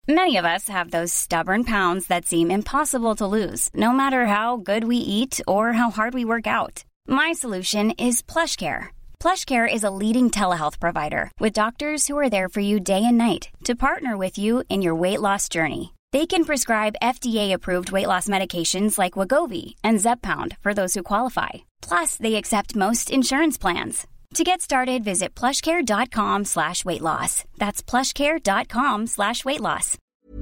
Many of us have those stubborn pounds that seem impossible to lose, no matter how good we eat or how hard we work out. My solution is PlushCare. PlushCare is a leading telehealth provider with doctors who are there for you day and night to partner with you in your weight loss journey. They can prescribe FDA-approved weight loss medications like Wegovy and Zepbound for those who qualify. Plus, they accept most insurance plans. To get started, visit plushcare.com/weightloss. That's plushcare.com/weightloss.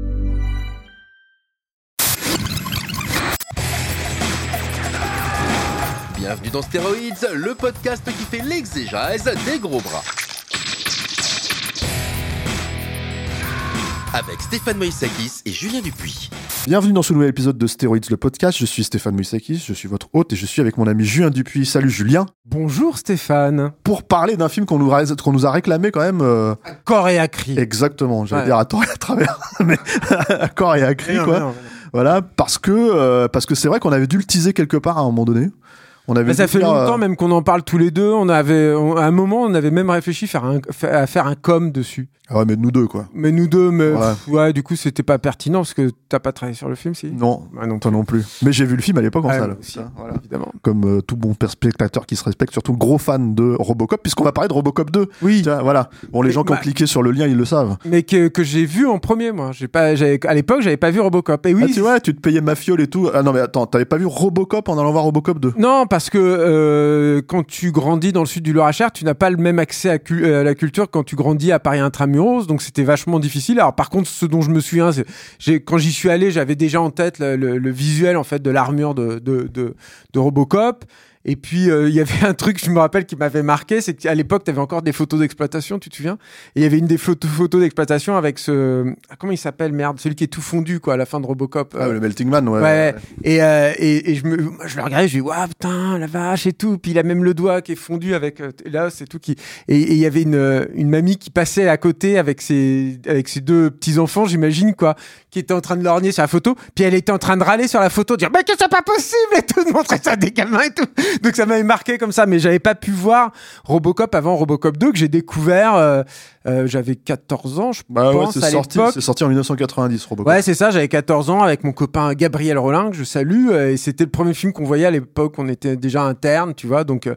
Bienvenue dans Stéroïdes, le podcast qui fait l'exégèse des gros bras. Avec Stéphane Moïsakis et Julien Dupuis. Bienvenue dans ce nouvel épisode de Stéroïdes, le podcast. Je suis Stéphane Moïsakis, je suis votre hôte et je suis avec mon ami Julien Dupuis. Salut Julien. Bonjour Stéphane. Pour parler d'un film qu'on nous a réclamé quand même... À corps et à cri. Exactement, j'allais dire à tort et à travers, mais à corps et à cri, quoi. Non. Voilà, parce que c'est vrai qu'on avait dû le teaser quelque part à un moment donné. Ça fait longtemps même qu'on en parle tous les deux. À un moment, on avait même réfléchi à faire un com dessus. Ah ouais, mais nous deux, quoi. Ouais, du coup, c'était pas pertinent parce que t'as pas travaillé sur le film, si ? Non, toi non plus. Mais j'ai vu le film à l'époque en salle. Aussi, voilà. Évidemment. Comme tout bon spectateur qui se respecte, surtout gros fan de Robocop, puisqu'on va parler de Robocop 2. Oui. Tiens, voilà. Bon, les gens qui ont cliqué sur le lien, ils le savent. Mais que j'ai vu en premier, moi. À l'époque, j'avais pas vu Robocop. Et oui. Ah, tu vois, tu te payais ma fiole et tout. Ah non, mais attends, t'avais pas vu Robocop en allant voir Robocop 2 ? Non, parce que quand tu grandis dans le sud du Loir-et-Cher, tu n'as pas le même accès à la culture que quand tu grandis à Paris Intramuros, donc c'était vachement difficile. Alors par contre, ce dont je me souviens, quand j'y suis allé, j'avais déjà en tête le visuel en fait de l'armure de Robocop. Et puis il y avait un truc, je me rappelle, qui m'avait marqué, c'est qu'à l'époque, tu avais encore des photos d'exploitation, tu te souviens ? Et il y avait une des photos d'exploitation avec comment il s'appelle, merde, celui qui est tout fondu quoi à la fin de Robocop. Le Melting Man, ouais. Ouais. Et je le regardais, je dis waouh putain la vache et tout. Puis il a même le doigt qui est fondu avec là, c'est tout qui. Et il y avait une mamie qui passait à côté avec ses deux petits enfants, j'imagine quoi, qui était en train de lorgner sur la photo. Puis elle était en train de râler sur la photo, dire mais que c'est pas possible et tout, de montrer ça à des gamins et tout. Donc ça m'avait marqué comme ça, mais j'avais pas pu voir Robocop avant Robocop 2 que j'ai découvert. J'avais 14 ans, je pense, à l'époque. C'est sorti en 1990, Robocop. Ouais, c'est ça. J'avais 14 ans avec mon copain Gabriel Rollin, que je salue. Et c'était le premier film qu'on voyait à l'époque. On était déjà internes, tu vois. Donc,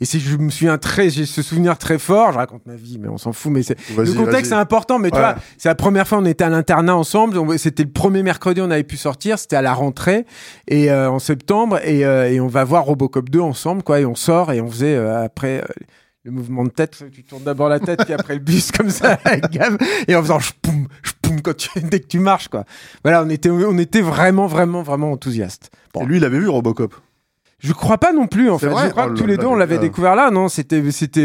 j'ai ce souvenir très fort. Je raconte ma vie, mais on s'en fout. Mais le contexte, c'est important. Mais tu vois, c'est la première fois on était à l'internat ensemble. C'était le premier mercredi on avait pu sortir. C'était à la rentrée et en septembre. Et on va voir Robocop 2 ensemble, quoi. Et on sort et on faisait après. Le mouvement de tête, tu tournes d'abord la tête puis après le bus comme ça avec Gab et en faisant ch'poum dès que tu marches quoi. Voilà, on était vraiment enthousiastes. Bon. Et lui, il avait vu Robocop. Je crois pas non plus en fait. Vrai, je crois que tous les deux on l'avait découvert là. Non, c'était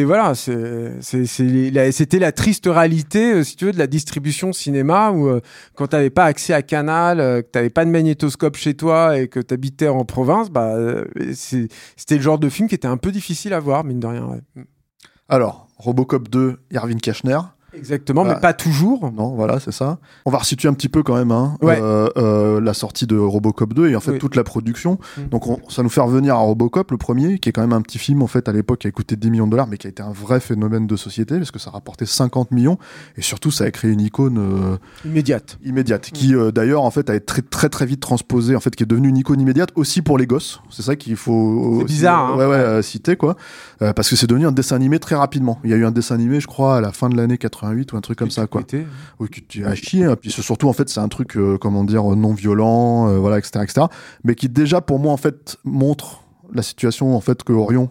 la triste réalité si tu veux de la distribution cinéma où quand t'avais pas accès à Canal, que t'avais pas de magnétoscope chez toi et que t'habitais en province, c'était le genre de film qui était un peu difficile à voir mine de rien. Ouais. Alors, Robocop 2, Irving Kershner. Exactement, mais pas toujours. Non, voilà, c'est ça. On va resituer un petit peu quand même la sortie de Robocop 2 et en fait toute la production. Donc ça nous fait revenir à Robocop, le premier, qui est quand même un petit film en fait à l'époque qui a coûté 10 millions de dollars, mais qui a été un vrai phénomène de société parce que ça rapportait 50 millions et surtout ça a créé une icône immédiate, qui d'ailleurs en fait a été très très très vite transposée, en fait, qui est devenue une icône immédiate aussi pour les gosses. C'est ça qu'il faut. C'est bizarre. Citer quoi, parce que c'est devenu un dessin animé très rapidement. Il y a eu un dessin animé, je crois, à la fin de l'année 88 ou un truc comme ça quoi. Oui, tu as chier. Puis surtout en fait c'est un truc non violent, voilà, etc. Mais qui déjà pour moi en fait montre la situation en fait que Orion,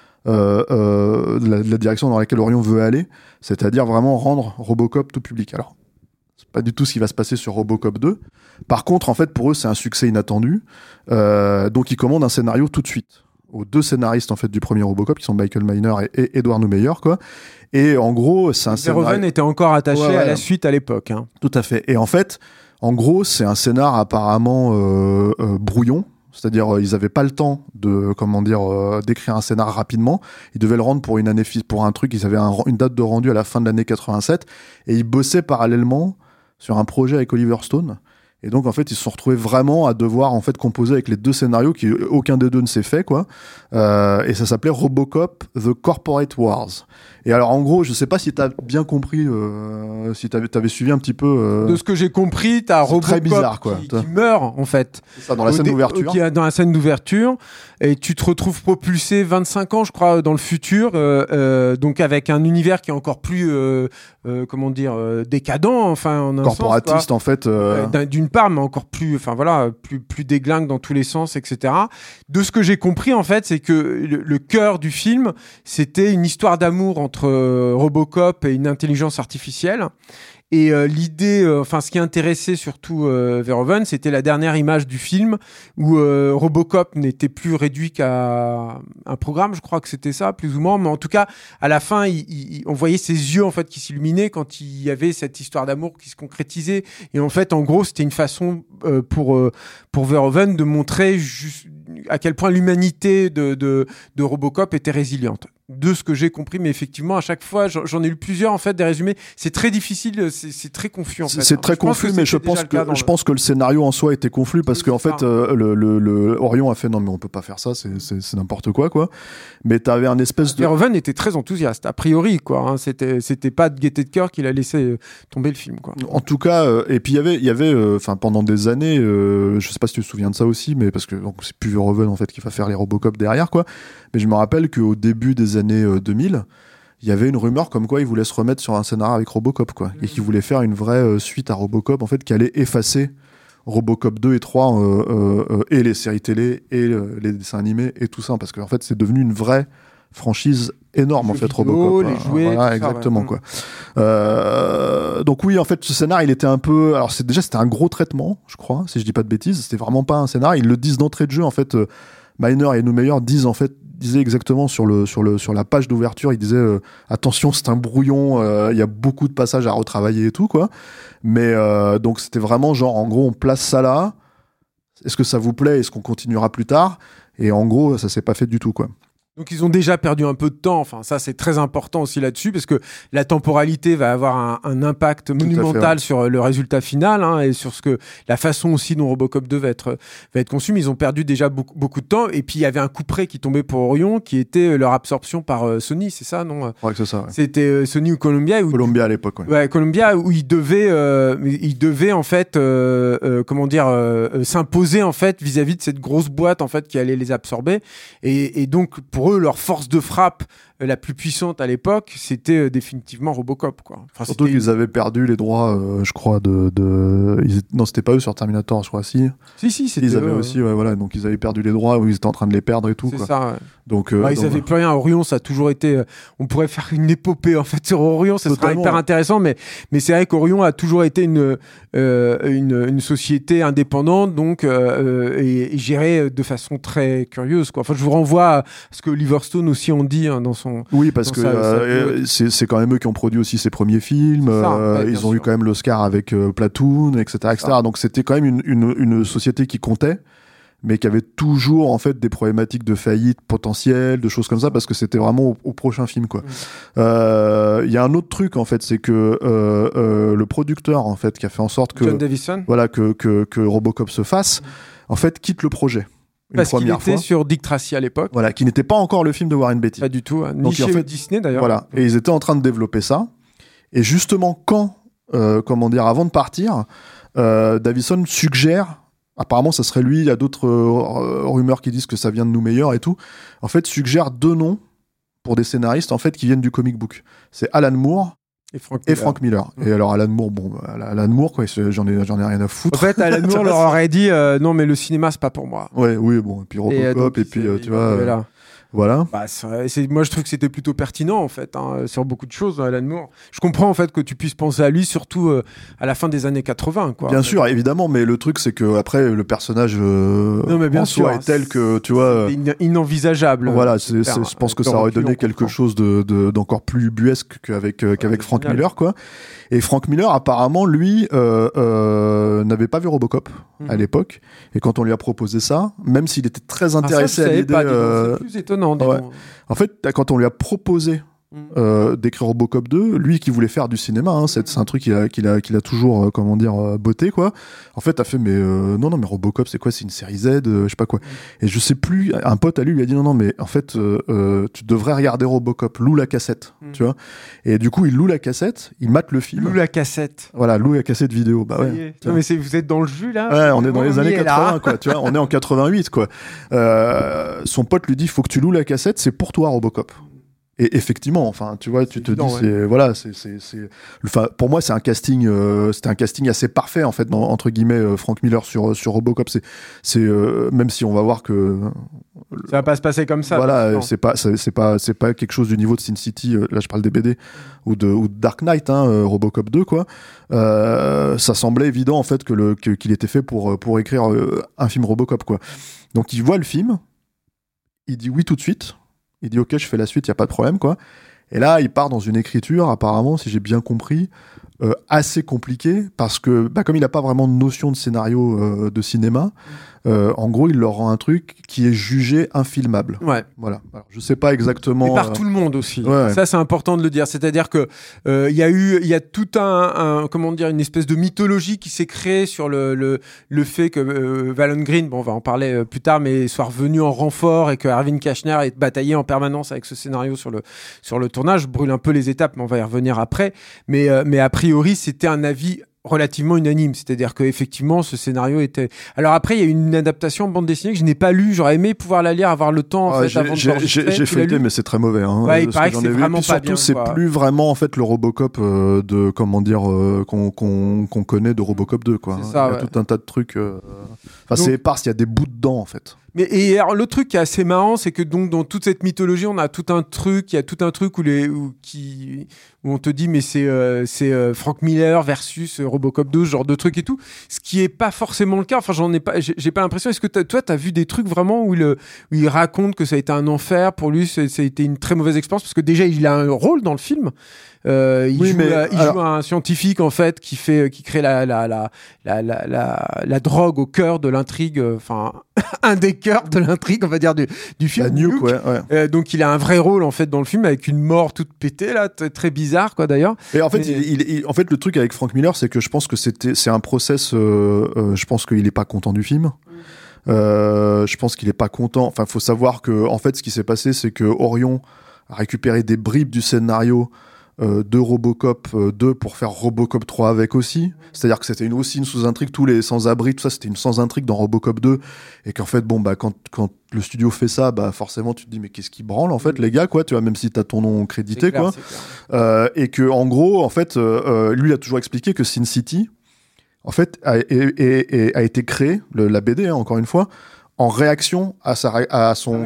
la direction dans laquelle Orion veut aller, c'est-à-dire vraiment rendre Robocop tout public. Alors c'est pas du tout ce qui va se passer sur Robocop 2. Par contre en fait pour eux c'est un succès inattendu, donc ils commandent un scénario tout de suite aux deux scénaristes en fait du premier Robocop qui sont Michael Miner et Edward Noumeyer quoi. Et en gros c'est un scénario. Verhoeven était encore attaché à la suite à l'époque. Hein. Tout à fait. Et en fait en gros c'est un scénar apparemment brouillon. C'est-à-dire, ils avaient pas le temps de, d'écrire un scénar rapidement. Ils devaient le rendre pour une année, pour un truc. Ils avaient une date de rendu à la fin de l'année 87. Et ils bossaient parallèlement sur un projet avec Oliver Stone. Et donc, en fait, ils se sont retrouvés vraiment à devoir, en fait, composer avec les 2 scénarios qui, aucun des 2 ne s'est fait, quoi. Et ça s'appelait Robocop The Corporate Wars. Et alors, en gros, je sais pas si t'as bien compris, si t'avais suivi un petit peu. De ce que j'ai compris, t'as Robocop très bizarre, quoi. qui meurt, en fait. C'est ça, dans la scène d'ouverture. Dans la scène d'ouverture. Et tu te retrouves propulsé 25 ans, je crois, dans le futur. Donc, avec un univers qui est encore plus, décadent, enfin, en un corporatiste, sens, en fait. D'une part, mais encore plus, enfin voilà, plus déglingue dans tous les sens, etc. De ce que j'ai compris, en fait, c'est que le cœur du film, c'était une histoire d'amour entre Robocop et une intelligence artificielle. Et l'idée, ce qui intéressait surtout Verhoeven, c'était la dernière image du film où Robocop n'était plus réduit qu'à un programme, je crois que c'était ça, plus ou moins. Mais en tout cas, à la fin, on voyait ses yeux en fait qui s'illuminaient quand il y avait cette histoire d'amour qui se concrétisait. Et en fait, en gros, c'était une façon pour Verhoeven de montrer à quel point l'humanité de Robocop était résiliente. De ce que j'ai compris, mais effectivement, à chaque fois, j'en ai lu plusieurs, en fait, des résumés. C'est très difficile, c'est très confus, en fait. C'est très confus, mais je pense que le scénario en soi était confus parce qu'en fait, le Orion a fait non, mais on peut pas faire ça, c'est n'importe quoi. Mais t'avais un espèce de. Verhoeven était très enthousiaste, a priori, quoi. Hein. C'était pas de gaieté de cœur qu'il a laissé tomber le film, quoi. En tout cas, et puis il y avait, pendant des années, je sais pas si tu te souviens de ça aussi, mais parce que donc, c'est plus Verhoeven, en fait, qui va faire les Robocop derrière, quoi. Mais je me rappelle qu'au début des années 2000, il y avait une rumeur comme quoi il voulait se remettre sur un scénario avec Robocop, quoi, et qu'il voulait faire une vraie suite à Robocop, en fait, qui allait effacer Robocop 2 et 3 et les séries télé et les dessins animés et tout ça, parce qu'en fait, c'est devenu une vraie franchise énorme, en fait, Robocop. Les jouets, voilà, exactement, quoi. Donc oui, en fait, ce scénar, il était un peu... Alors, c'était un gros traitement, je crois, si je dis pas de bêtises. C'était vraiment pas un scénar. Ils le disent d'entrée de jeu, en fait. Miner et Neumeyer disaient exactement sur la page d'ouverture, ils disaient attention, c'est un brouillon, il y a beaucoup de passages à retravailler et tout, quoi. Mais donc c'était vraiment genre, en gros, on place ça là. Est-ce que ça vous plaît? Est-ce qu'on continuera plus tard? Et en gros, ça s'est pas fait du tout, quoi. Donc ils ont déjà perdu un peu de temps, enfin ça c'est très important aussi là-dessus parce que la temporalité va avoir un impact monumental sur le résultat final et sur la façon aussi dont Robocop 2 va être conçu. Mais ils ont perdu déjà beaucoup de temps et puis il y avait un coup près qui tombait pour Orion qui était leur absorption par Sony, c'est ça, non? Ouais, c'est ça. Ouais. C'était Sony ou Columbia. Columbia à l'époque. Ouais. Ouais, Columbia où ils devaient en fait s'imposer en fait vis-à-vis de cette grosse boîte en fait qui allait les absorber et donc pour eux, leur force de frappe la plus puissante à l'époque, c'était définitivement Robocop, quoi. Enfin, surtout qu'ils avaient perdu les droits, je crois, non, c'était pas eux sur Terminator, je crois, si. Si, c'était ils avaient aussi, ouais, voilà, donc ils avaient perdu les droits, ou ils étaient en train de les perdre et tout, c'est quoi. ça, ouais. Donc, ils avaient plus rien. Orion, ça a toujours été. On pourrait faire une épopée en fait sur Orion, ça serait hyper intéressant, mais c'est vrai qu'Orion a toujours été une société indépendante, donc et gérée de façon très curieuse, quoi. Enfin, je vous renvoie à ce que Oliver Stone aussi en dit dans son. Oui, parce que c'est quand même eux qui ont produit aussi ses premiers films. Ils ont eu quand même l'Oscar avec Platoon, etc., etc. Donc c'était quand même une société qui comptait, mais qui avait toujours en fait des problématiques de faillite potentielle, de choses comme ça, parce que c'était vraiment au prochain film, quoi. Il y a un autre truc en fait, c'est que le producteur en fait qui a fait en sorte que John Davison, voilà que Robocop se fasse, en fait quitte le projet. Parce qu'il était sur Dick Tracy à l'époque. Voilà, qui n'était pas encore le film de Warren Beatty. Pas du tout, ni chez Disney d'ailleurs. Voilà, et ils étaient en train de développer ça. Et justement, avant de partir, Davison suggère, apparemment ça serait lui, il y a d'autres rumeurs qui disent que ça vient de Neumeyer et tout, en fait suggère 2 noms pour des scénaristes en fait qui viennent du comic book. C'est Alan Moore et Frank Miller. Et alors Alan Moore, quoi, j'en ai rien à foutre. En fait, Alan Moore leur aurait dit non mais le cinéma c'est pas pour moi. Oui, bon, et puis Robocop et puis tu vois. Voilà. Moi, je trouve que c'était plutôt pertinent, en fait, sur beaucoup de choses, Alan Moore. Je comprends, en fait, que tu puisses penser à lui, surtout à la fin des années 80, quoi. Bien sûr, évidemment, mais le truc, c'est que après le personnage en soi est tel que, tu vois... inenvisageable. Voilà, je pense que ça aurait donné quelque chose d'encore plus ubuesque qu'avec Frank Miller, quoi. Et Frank Miller, apparemment, lui, n'avait pas vu Robocop à l'époque. Et quand on lui a proposé ça, même s'il était très intéressé à l'idée... C'est plus étonnant. Ouais. En fait, quand on lui a proposé d'écrire Robocop 2, lui qui voulait faire du cinéma, hein, c'est un truc qu'il a toujours botté quoi. En fait, a fait mais non mais Robocop c'est quoi, c'est une série Z, je sais pas quoi. Et je sais plus, un pote à lui a dit non mais en fait tu devrais regarder Robocop, loue la cassette, tu vois. Et du coup il loue la cassette, il mate le film. Loue la cassette. Voilà, loue la cassette vidéo. Bah ouais. Non mais vous êtes dans le jus là. Ouais, on est dans les années 80 quoi, tu vois, on est en 88 quoi. Son pote lui dit faut que tu loues la cassette, c'est pour toi Robocop. Et effectivement, enfin, tu vois, tu te dis, enfin, pour moi, c'est un casting, c'était un casting assez parfait en fait, entre guillemets, Frank Miller sur Robocop. C'est même si on va voir que ça va pas se passer comme ça. Voilà, c'est pas quelque chose du niveau de Sin City. Là, je parle des BD ou de Dark Knight, Robocop 2 quoi. Ça semblait évident en fait qu'il était fait pour écrire un film Robocop quoi. Donc il voit le film, il dit oui tout de suite. Il dit ok, je fais la suite, il y a pas de problème quoi. Et là, il part dans une écriture apparemment, si j'ai bien compris, assez compliquée parce que comme il a pas vraiment de notion de scénario de cinéma, en gros, il leur rend un truc qui est jugé infilmable. Ouais. Voilà. Alors, je sais pas exactement. Et par tout le monde aussi. Ouais. Ça, c'est important de le dire. C'est-à-dire que il y a tout une espèce de mythologie qui s'est créée sur le fait que Valon Green, on va en parler plus tard, mais soit revenu en renfort et que Irving Kershner ait bataillé en permanence avec ce scénario sur le tournage. Je brûle un peu les étapes, mais on va y revenir après. Mais a priori, c'était un avis relativement unanime, c'est-à-dire que effectivement ce scénario était. Alors après il y a une adaptation en bande dessinée que je n'ai pas lue, j'aurais aimé pouvoir la lire, avoir le temps avant de j'ai feuilleté mais c'est très mauvais hein. Ouais, il paraît que c'est vraiment pas bien. Surtout c'est plus vraiment en fait le Robocop de qu'on connaît de Robocop 2 quoi. C'est ça, il y a tout un tas de trucs c'est éparse, il y a des bouts dedans en fait. Et alors, le truc qui est assez marrant, c'est que donc dans toute cette mythologie, on a tout un truc, il y a tout un truc où on te dit mais c'est Frank Miller versus Robocop 2, ce genre de truc et tout, ce qui est pas forcément le cas. Enfin, j'ai pas l'impression. Est-ce que toi t'as vu des trucs vraiment où il raconte que ça a été un enfer pour lui, ça a été une très mauvaise expérience parce que déjà il a un rôle dans le film. Il joue un scientifique en fait qui crée la drogue au cœur de l'intrigue, enfin un des cœurs de l'intrigue on va dire du film. La nuke, ouais. Donc il a un vrai rôle en fait dans le film avec une mort toute pétée là, très bizarre quoi d'ailleurs. Et en fait, en fait le truc avec Frank Miller c'est que je pense que c'est un process. Je pense qu'il est pas content du film. Je pense qu'il est pas content. Enfin, faut savoir que en fait ce qui s'est passé c'est que Orion a récupéré des bribes du scénario de Robocop 2 pour faire Robocop 3 avec aussi. C'est-à-dire que c'était aussi une sous-intrigue, tous les sans-abri, tout ça, c'était une sans-intrigue dans Robocop 2. Et qu'en fait, quand le studio fait ça, forcément, tu te dis, mais qu'est-ce qui branle, en fait, les gars, quoi, tu vois, même si t'as ton nom crédité, quoi. Et que, en gros, en fait, lui, il a toujours expliqué que Sin City, en fait, a été créé, la BD, encore une fois, en réaction à son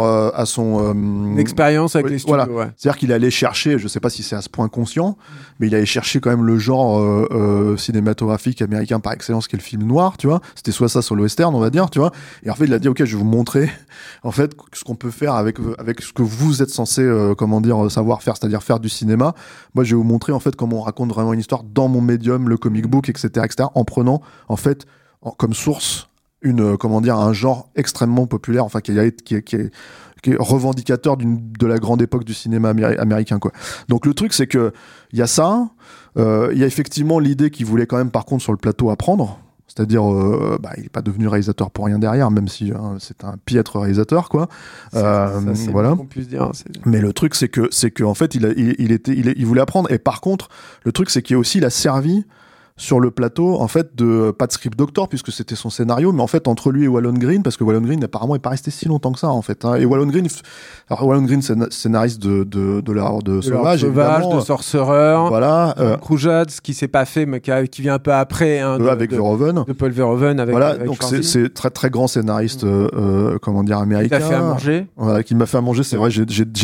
expérience avec les studios. Voilà. Ouais. C'est-à-dire qu'il allait chercher, je sais pas si c'est à ce point conscient, mais il allait chercher quand même le genre cinématographique américain par excellence qui est le film noir, tu vois. C'était soit ça, soit le western, on va dire, tu vois. Et en fait, il a dit OK, je vais vous montrer en fait ce qu'on peut faire avec ce que vous êtes censé savoir faire, c'est-à-dire faire du cinéma. Moi, je vais vous montrer en fait comment on raconte vraiment une histoire dans mon médium, le comic book, etc., en prenant en fait comme source un genre extrêmement populaire, enfin qui est revendicateur de la grande époque du cinéma américain quoi. Donc le truc c'est que il y a ça, il y a effectivement l'idée qu'il voulait quand même par contre sur le plateau apprendre, c'est-à-dire il est pas devenu réalisateur pour rien derrière, même si c'est un piètre réalisateur quoi. C'est voilà. qu'on puisse dire. Mais le truc c'est que en fait il voulait apprendre, et par contre le truc c'est qu'il a aussi servi sur le plateau, en fait, pas de script doctor, puisque c'était son scénario, mais en fait, entre lui et Wallon Green, parce que Wallon Green, apparemment, n'est pas resté si longtemps que ça, en fait, hein. Et Wallon Green, scénariste de la Horde Sauvage, évidemment. De Sorcerer. Voilà. Crujade, ce qui s'est pas fait, mais qui vient un peu après, hein, avec Verhoeven. De Paul Verhoeven, voilà, donc c'est très, très grand scénariste, américain. Qui t'a fait à manger. Voilà, qui m'a fait à manger, c'est vrai,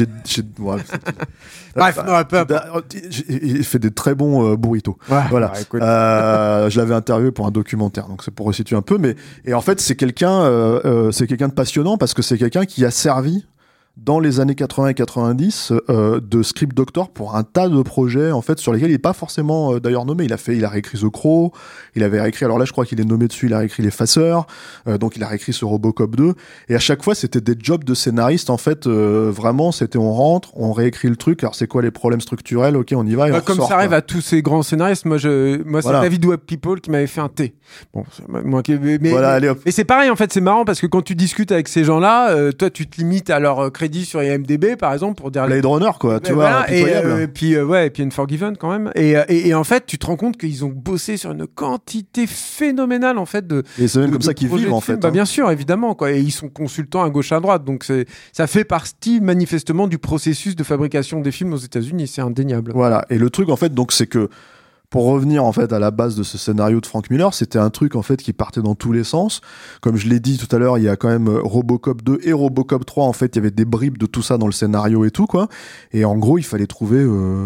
Bref, il fait des très bons burritos. Ouais, voilà. Je l'avais interviewé pour un documentaire, donc c'est pour resituer un peu. Et en fait, c'est quelqu'un de passionnant parce que c'est quelqu'un qui a servi dans les années 80 et 90 de script doctor pour un tas de projets en fait sur lesquels il n'est pas forcément d'ailleurs nommé. Il a réécrit The Crow, il avait réécrit, alors là je crois qu'il est nommé dessus, il a réécrit Les Faceurs, donc il a réécrit ce Robocop 2, et à chaque fois c'était des jobs de scénariste en fait, vraiment c'était on rentre, on réécrit le truc, alors c'est quoi les problèmes structurels, ok on y va et on comme ressort, ça arrive quoi. à tous ces grands scénaristes, moi c'est Voilà. David Webb People qui m'avait fait un thé. Bon, Voilà, allez hop. mais c'est pareil en fait, c'est marrant parce que quand tu discutes avec ces gens-là, toi tu te limites à leur crédit sur IMDb par exemple pour dire Blade Runner quoi, tu vois, voilà, impitoyable. et puis Unforgiven quand même, et en fait tu te rends compte qu'ils ont bossé sur une quantité phénoménale en fait de Et c'est même de- comme de ça qu'ils projets vivent de en films. fait. Bah hein. bien sûr évidemment quoi, et ils sont consultants à gauche à droite, donc ça fait partie manifestement du processus de fabrication des films aux États-Unis, c'est indéniable. Voilà, et le truc en fait donc c'est que pour revenir en fait à la base de ce scénario de Frank Miller, c'était un truc en fait qui partait dans tous les sens. Comme je l'ai dit tout à l'heure, il y a quand même Robocop 2 et Robocop 3 en fait, il y avait des bribes de tout ça dans le scénario et tout quoi. Et en gros, il fallait trouver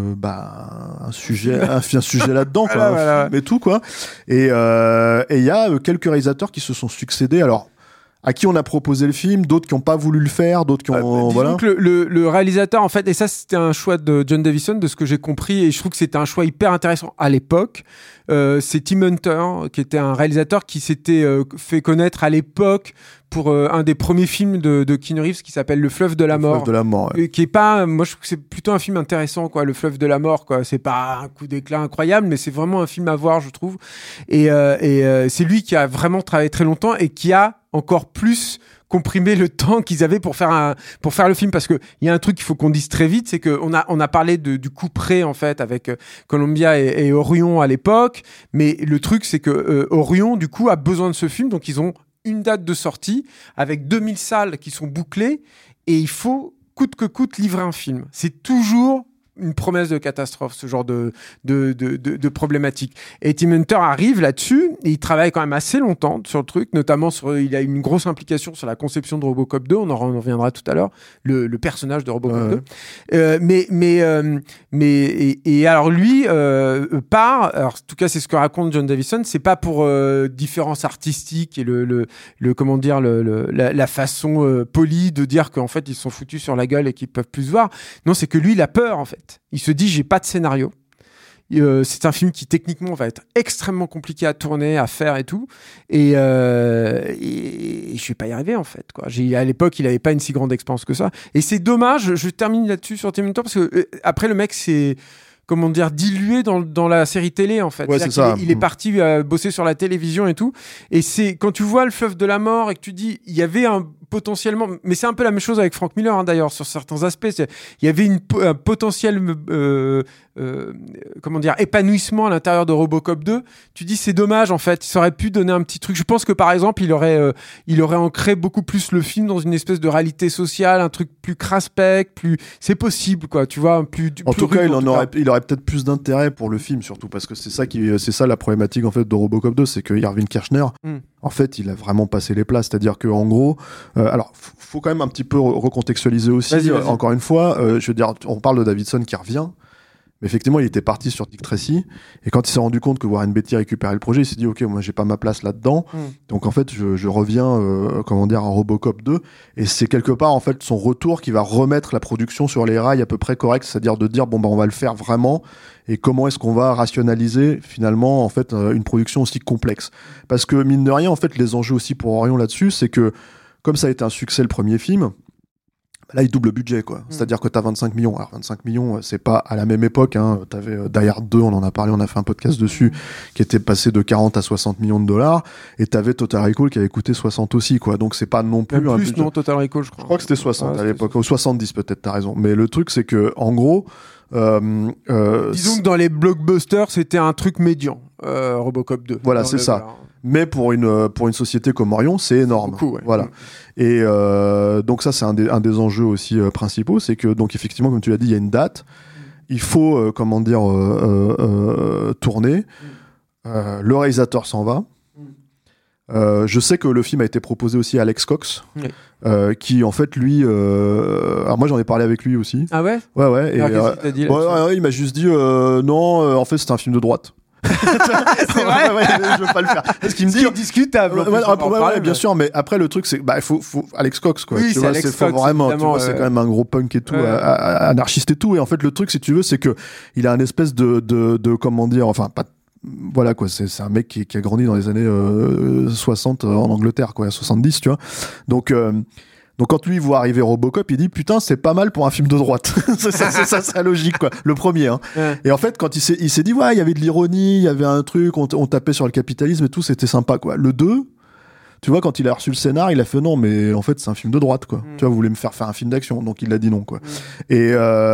un sujet là-dedans quoi, Voilà. un film et tout quoi. Et il y a quelques réalisateurs qui se sont succédés. Alors à qui on a proposé le film, d'autres qui n'ont pas voulu le faire, d'autres qui ont Disons que le réalisateur, en fait, et ça c'était un choix de John Davison, de ce que j'ai compris, et je trouve que c'était un choix hyper intéressant à l'époque. C'est Tim Hunter, qui était un réalisateur qui s'était fait connaître à l'époque pour un des premiers films de Keanu Reeves qui s'appelle Le Fleuve de la Mort. Le Fleuve de la Mort. Ouais. Et qui est pas, moi je trouve que c'est plutôt un film intéressant quoi, Le Fleuve de la Mort quoi. C'est pas un coup d'éclat incroyable, mais c'est vraiment un film à voir je trouve. Et c'est lui qui a vraiment travaillé très longtemps et qui a encore plus comprimé le temps qu'ils avaient pour faire le film, parce que il y a un truc qu'il faut qu'on dise très vite, c'est que on a parlé du coup près en fait avec Columbia et Orion à l'époque, mais le truc c'est que Orion du coup a besoin de ce film, donc ils ont une date de sortie avec 2000 salles qui sont bouclées et il faut coûte que coûte livrer un film. C'est toujours une promesse de catastrophe, ce genre de problématique. Et Tim Hunter arrive là-dessus, et il travaille quand même assez longtemps sur le truc, notamment il a une grosse implication sur la conception de Robocop 2, on en reviendra tout à l'heure, le personnage de Robocop 2. Mais alors lui part, alors en tout cas c'est ce que raconte John Davison, c'est pas pour différence artistique et comment dire la façon polie de dire qu'en fait ils se sont foutus sur la gueule et qu'ils peuvent plus se voir. Non, c'est que lui il a peur en fait. Il se dit j'ai pas de scénario. C'est un film qui techniquement va être extrêmement compliqué à tourner, à faire et tout, et je vais pas y arriver en fait quoi. À l'époque il avait pas une si grande expérience que ça, et c'est dommage. Je termine là-dessus sur Tim Hunter parce que après le mec c'est comment dire dilué dans la série télé en fait. Ouais, c'est ça. Il est parti bosser sur la télévision et tout, et c'est quand tu vois Le Fleuve de la Mort et que tu dis il y avait potentiellement, mais c'est un peu la même chose avec Frank Miller hein, d'ailleurs sur certains aspects, il y avait un potentiel comment dire épanouissement à l'intérieur de Robocop 2. Tu dis c'est dommage en fait, ça aurait pu donner un petit truc. Je pense que par exemple il aurait ancré beaucoup plus le film dans une espèce de réalité sociale, un truc plus craspec, plus c'est possible quoi, tu vois, plus en tout cas, rude, il aurait peut-être plus d'intérêt pour le film, surtout parce que c'est ça la problématique en fait de Robocop 2, c'est que Irving Kershner, en fait, il a vraiment passé les plats. C'est-à-dire que en gros, alors faut quand même un petit peu recontextualiser aussi. Vas-y. Encore une fois, je veux dire, on parle de Davidson qui revient. Mais effectivement, il était parti sur Dick Tracy, et quand il s'est rendu compte que Warren Beatty récupérait le projet, il s'est dit ok, moi j'ai pas ma place là-dedans, donc en fait je reviens à Robocop 2, et c'est quelque part en fait son retour qui va remettre la production sur les rails à peu près corrects, c'est-à-dire de dire bon bah on va le faire vraiment, et comment est-ce qu'on va rationaliser finalement en fait une production aussi complexe, parce que mine de rien en fait les enjeux aussi pour Orion là-dessus, c'est que comme ça a été un succès le premier film, là, il double le budget, quoi. C'est-à-dire que t'as 25 millions. Alors, 25 millions, c'est pas à la même époque, hein. T'avais Die Hard 2, on en a parlé, on a fait un podcast dessus, qui était passé de 40 à 60 millions de dollars. Et t'avais Total Recall qui avait coûté 60 aussi, quoi. Donc, c'est pas non plus un plus, non, Total Recall, je crois. Je crois que c'était 60 à l'époque. Ou 70, peut-être, t'as raison. Mais le truc, c'est que, en gros, disons que dans les blockbusters, c'était un truc médian, Robocop 2. Voilà, c'est ça. Mais pour une société comme Orion, c'est énorme. Beaucoup, ouais. Voilà. Et donc ça, c'est un des enjeux aussi principaux, c'est que donc effectivement, comme tu l'as dit, il y a une date. Il faut tourner. Le réalisateur s'en va. Je sais que le film a été proposé aussi à Alex Cox, qui en fait lui, alors moi j'en ai parlé avec lui aussi. Ah ouais. Ouais. Alors, qu'est-ce qu'il t'a dit là-dessus ? Il m'a juste dit non, en fait c'est un film de droite. C'est vrai. Je veux pas le faire. Parce qu'il me dit. C'est discutable. Bien sûr, mais après, le truc, c'est il faut Alex Cox, quoi. Oui, tu vois, Alex c'est Cox, vraiment, tu vois, c'est quand même un gros punk et tout, anarchiste et tout. Et en fait, le truc, si tu veux, c'est que il a un espèce de comment dire, enfin, pas. Voilà quoi, c'est un mec qui a grandi dans les années 60 en Angleterre, quoi, 70, tu vois. Donc quand lui voit arriver Robocop, il dit putain, c'est pas mal pour un film de droite. ça serait logique, quoi. Le premier, hein. Ouais. Et en fait, quand il s'est dit ouais, il y avait de l'ironie, il y avait un truc, on tapait sur le capitalisme et tout, c'était sympa, quoi. Le 2, tu vois, quand il a reçu le scénar, il a fait non, mais en fait, c'est un film de droite, quoi. Tu vois, vous voulez me faire un film d'action, donc il a dit non, quoi. Et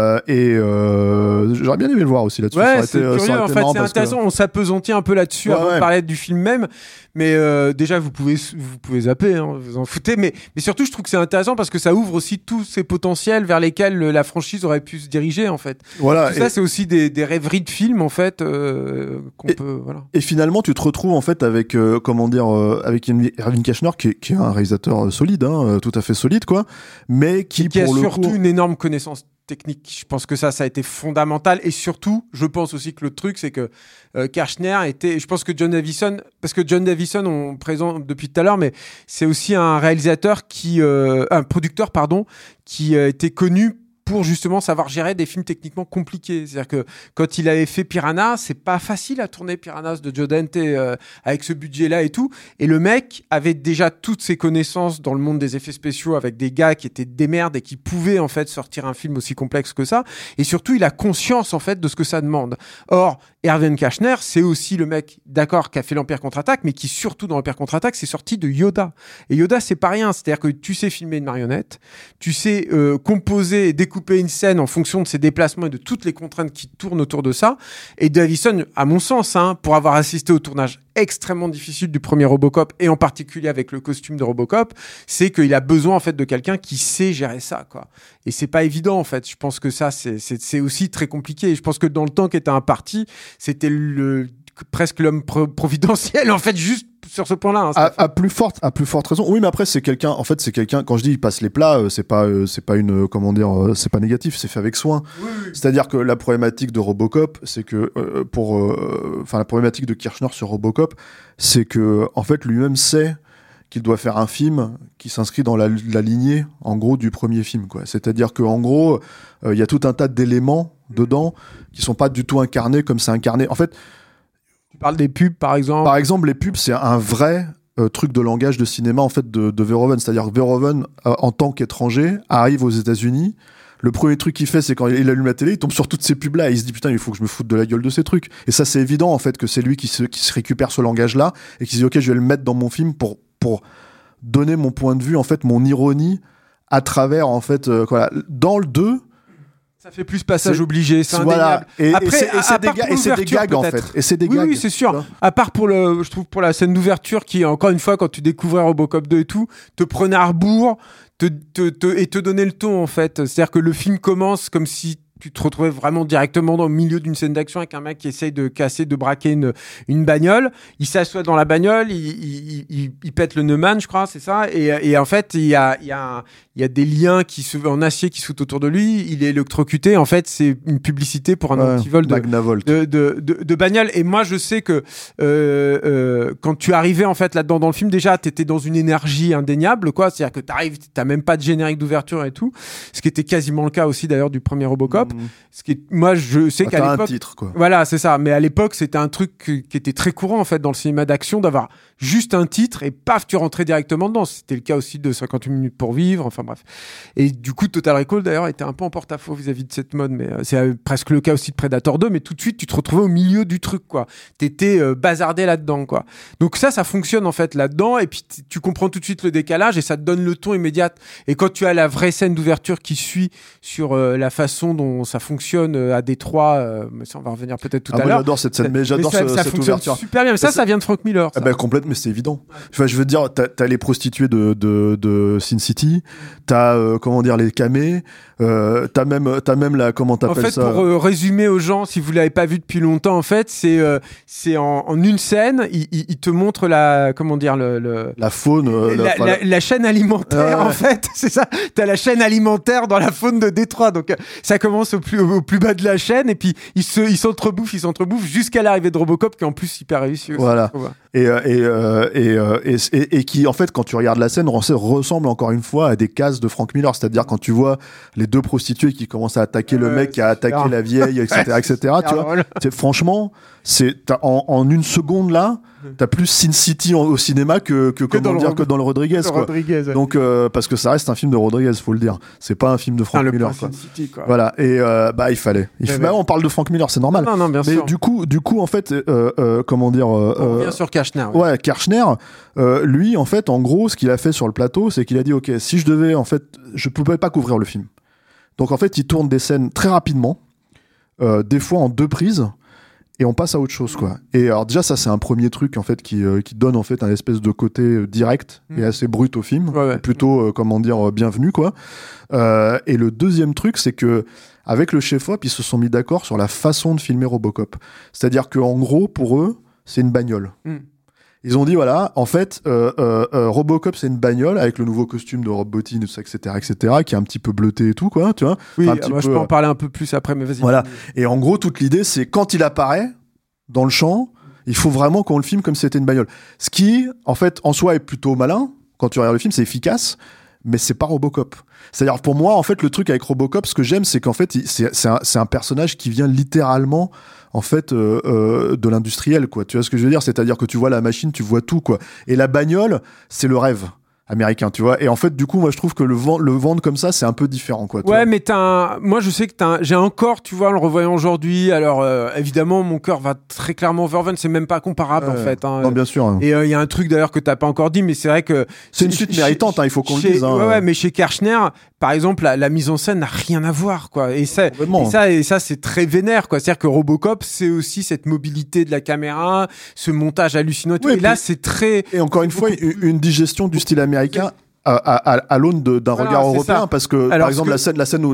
j'aurais bien aimé le voir aussi là-dessus. Ouais, c'est curieux, en fait, c'est intéressant. On s'appesantit un peu là-dessus avant de parler du film même. Mais déjà, vous pouvez zapper, hein, vous en foutez. Mais surtout, je trouve que c'est intéressant parce que ça ouvre aussi tous ces potentiels vers lesquels la franchise aurait pu se diriger, en fait. Voilà. Tout ça, c'est aussi des rêveries de films, en fait, qu'on peut. Voilà. Et finalement, tu te retrouves en fait avec avec Irving Kershner, qui est un réalisateur solide, hein, tout à fait solide, quoi, mais qui a surtout une énorme connaissance technique. Je pense que ça a été fondamental, et surtout, je pense aussi que le truc, c'est que Kershner était, je pense que John Davison, parce que John Davison, on présente depuis tout à l'heure, mais c'est aussi un réalisateur un producteur, pardon, qui était connu pour justement savoir gérer des films techniquement compliqués. C'est-à-dire que quand il avait fait Piranha, c'est pas facile à tourner Piranhas de Joe Dante avec ce budget-là et tout. Et le mec avait déjà toutes ses connaissances dans le monde des effets spéciaux avec des gars qui étaient des merdes et qui pouvaient en fait sortir un film aussi complexe que ça. Et surtout, il a conscience en fait de ce que ça demande. Or, Irving Kershner, c'est aussi le mec, d'accord, qui a fait l'Empire contre-attaque, mais qui surtout dans l'Empire contre-attaque, c'est sorti de Yoda. Et Yoda, c'est pas rien. C'est-à-dire que tu sais filmer une marionnette, tu sais composer et découper une scène en fonction de ses déplacements et de toutes les contraintes qui tournent autour de ça. Et Davison, à mon sens, pour avoir assisté au tournage extrêmement difficile du premier Robocop, et en particulier avec le costume de Robocop, c'est qu'il a besoin en fait de quelqu'un qui sait gérer ça, quoi. Et c'est pas évident en fait. Je pense que ça c'est aussi très compliqué. Et je pense que dans le temps qu'était imparti, c'était presque l'homme providentiel en fait, juste sur ce point-là. À plus forte raison. Oui, mais après c'est quelqu'un. Quand je dis il passe les plats, c'est pas une c'est pas négatif. C'est fait avec soin. Oui. C'est-à-dire que la problématique de Robocop, c'est que la problématique de Kershner sur Robocop, c'est que en fait lui-même sait qu'il doit faire un film qui s'inscrit dans la lignée, en gros, du premier film, quoi. C'est-à-dire que en gros, il y a tout un tas d'éléments dedans qui sont pas du tout incarnés comme c'est incarné. En fait, tu parles des pubs, par exemple. Par exemple, les pubs, c'est un vrai truc de langage de cinéma en fait de Verhoeven. C'est-à-dire que Verhoeven, en tant qu'étranger, arrive aux États-Unis. Le premier truc qu'il fait, c'est quand il allume la télé, il tombe sur toutes ces pubs-là et il se dit putain, il faut que je me foute de la gueule de ces trucs. Et ça, c'est évident en fait que c'est lui qui se récupère ce langage-là et qui se dit ok, je vais le mettre dans mon film pour donner mon point de vue, en fait, mon ironie à travers, en fait, voilà. Dans le 2, ça fait plus passage obligé, c'est voilà. indéniable. Et c'est des gags, en fait. Et c'est des gags. Oui, c'est sûr. À part je trouve pour la scène d'ouverture qui, encore une fois, quand tu découvrais Robocop 2 et tout, te prenait à rebours et te donnait le ton, en fait. C'est-à-dire que le film commence comme si tu te retrouvais vraiment directement au milieu d'une scène d'action avec un mec qui essaye de braquer une bagnole. Il s'assoit dans la bagnole, il pète le Neumann, je crois, c'est ça. Et en fait, il y a des liens en acier qui se foutent autour de lui. Il est électrocuté. En fait, c'est une publicité pour un antivol de bagnole. Et moi, je sais que quand tu arrivais en fait là-dedans dans le film, déjà, t'étais dans une énergie indéniable, quoi. C'est-à-dire que t'as même pas de générique d'ouverture et tout. Ce qui était quasiment le cas aussi d'ailleurs du premier Robocop. Moi, je sais qu'à l'époque, un titre, quoi. Voilà, c'est ça. Mais à l'époque, c'était un truc qui était très courant en fait dans le cinéma d'action d'avoir juste un titre et paf, tu rentrais directement dedans. C'était le cas aussi de 58 minutes pour vivre. Enfin bref. Et du coup, Total Recall d'ailleurs était un peu en porte-à-faux vis-à-vis de cette mode. Mais c'est presque le cas aussi de Predator 2. Mais tout de suite, tu te retrouvais au milieu du truc, quoi. T'étais bazardé là-dedans, quoi. Donc ça fonctionne en fait là-dedans. Et puis tu comprends tout de suite le décalage et ça te donne le ton immédiat. Et quand tu as la vraie scène d'ouverture qui suit sur la façon dont ça fonctionne à Détroit, mais ça on va revenir peut-être tout à l'heure. J'adore cette scène, mais j'adore cette ouverture. Super bien, mais ça vient de Frank Miller. Complètement, mais c'est évident. Ouais. Enfin, je veux dire, t'as les prostituées de Sin City, t'as les camés, t'as même la, comment t'appelles ça. En fait, pour résumer aux gens, si vous l'avez pas vu depuis longtemps, en fait, c'est en une scène, il te montre la faune, la chaîne alimentaire, en fait, c'est ça. T'as la chaîne alimentaire dans la faune de Détroit, donc ça commence au plus bas de la chaîne et puis ils s'entrebouffent jusqu'à l'arrivée de Robocop qui est en plus hyper réussi aussi. Voilà. Et qui, en fait, quand tu regardes la scène, ressemble encore une fois à des cases de Frank Miller. C'est-à-dire quand tu vois les deux prostituées qui commencent à attaquer le mec qui a attaqué la vieille, etc., tu vois. Franchement, en une seconde là, t'as plus Sin City au cinéma que dans le Rodriguez, quoi. Ouais. Donc, parce que ça reste un film de Rodriguez, faut le dire. C'est pas un film de Frank Miller, quoi. Sin City, quoi. Voilà. Et, il fallait. On parle de Frank Miller, c'est normal. Non, bien sûr. Mais du coup, en fait, comment dire, on revient sur Kershner. Ouais, Kershner, lui, en fait, en gros, ce qu'il a fait sur le plateau, c'est qu'il a dit, OK, si je devais, en fait, je pouvais pas couvrir le film. Donc, en fait, il tourne des scènes très rapidement, des fois en 2 prises, et on passe à autre chose, quoi. Et alors, déjà, ça, c'est un premier truc, en fait, qui donne, en fait, un espèce de côté direct et assez brut au film. Ouais. Plutôt, bienvenu, quoi. Et le deuxième truc, c'est que, avec le chef-op, ils se sont mis d'accord sur la façon de filmer Robocop. C'est-à-dire qu'en gros, pour eux, c'est une bagnole. Ils ont dit, voilà, en fait, Robocop, c'est une bagnole avec le nouveau costume de Rob Bottin, tout ça, etc., qui est un petit peu bleuté et tout, quoi, tu vois. Oui, je peux en parler un peu plus après, mais vas-y. Voilà. Et en gros, toute l'idée, c'est quand il apparaît dans le champ, il faut vraiment qu'on le filme comme si c'était une bagnole. Ce qui, en fait, en soi, est plutôt malin. Quand tu regardes le film, c'est efficace, mais c'est pas Robocop. C'est-à-dire, pour moi, en fait, le truc avec Robocop, ce que j'aime, c'est qu'en fait, c'est un personnage qui vient littéralement, en fait, de l'industriel, quoi. Tu vois ce que je veux dire? C'est-à-dire que tu vois la machine, tu vois tout, quoi. Et la bagnole, c'est le rêve américain, tu vois. Et en fait, du coup, moi, je trouve que le vendre comme ça, c'est un peu différent, quoi. Ouais, mais moi, je sais que j'ai encore, tu vois, en le revoyant aujourd'hui, alors, évidemment, mon cœur va très clairement vers Verhoeven, c'est même pas comparable, en fait. Hein. Non, bien sûr. Hein. Et il y a un truc, d'ailleurs, que t'as pas encore dit, mais c'est vrai que... C'est une suite méritante, hein, il faut qu'on le dise. Hein. Ouais, mais chez Kershner, par exemple, la mise en scène n'a rien à voir, quoi. Et ça, c'est très vénère, quoi. C'est-à-dire que Robocop, c'est aussi cette mobilité de la caméra, ce montage hallucinant. Et là, c'est très... Et encore une fois, une digestion du style américain à l'aune d'un regard européen, parce que par exemple la scène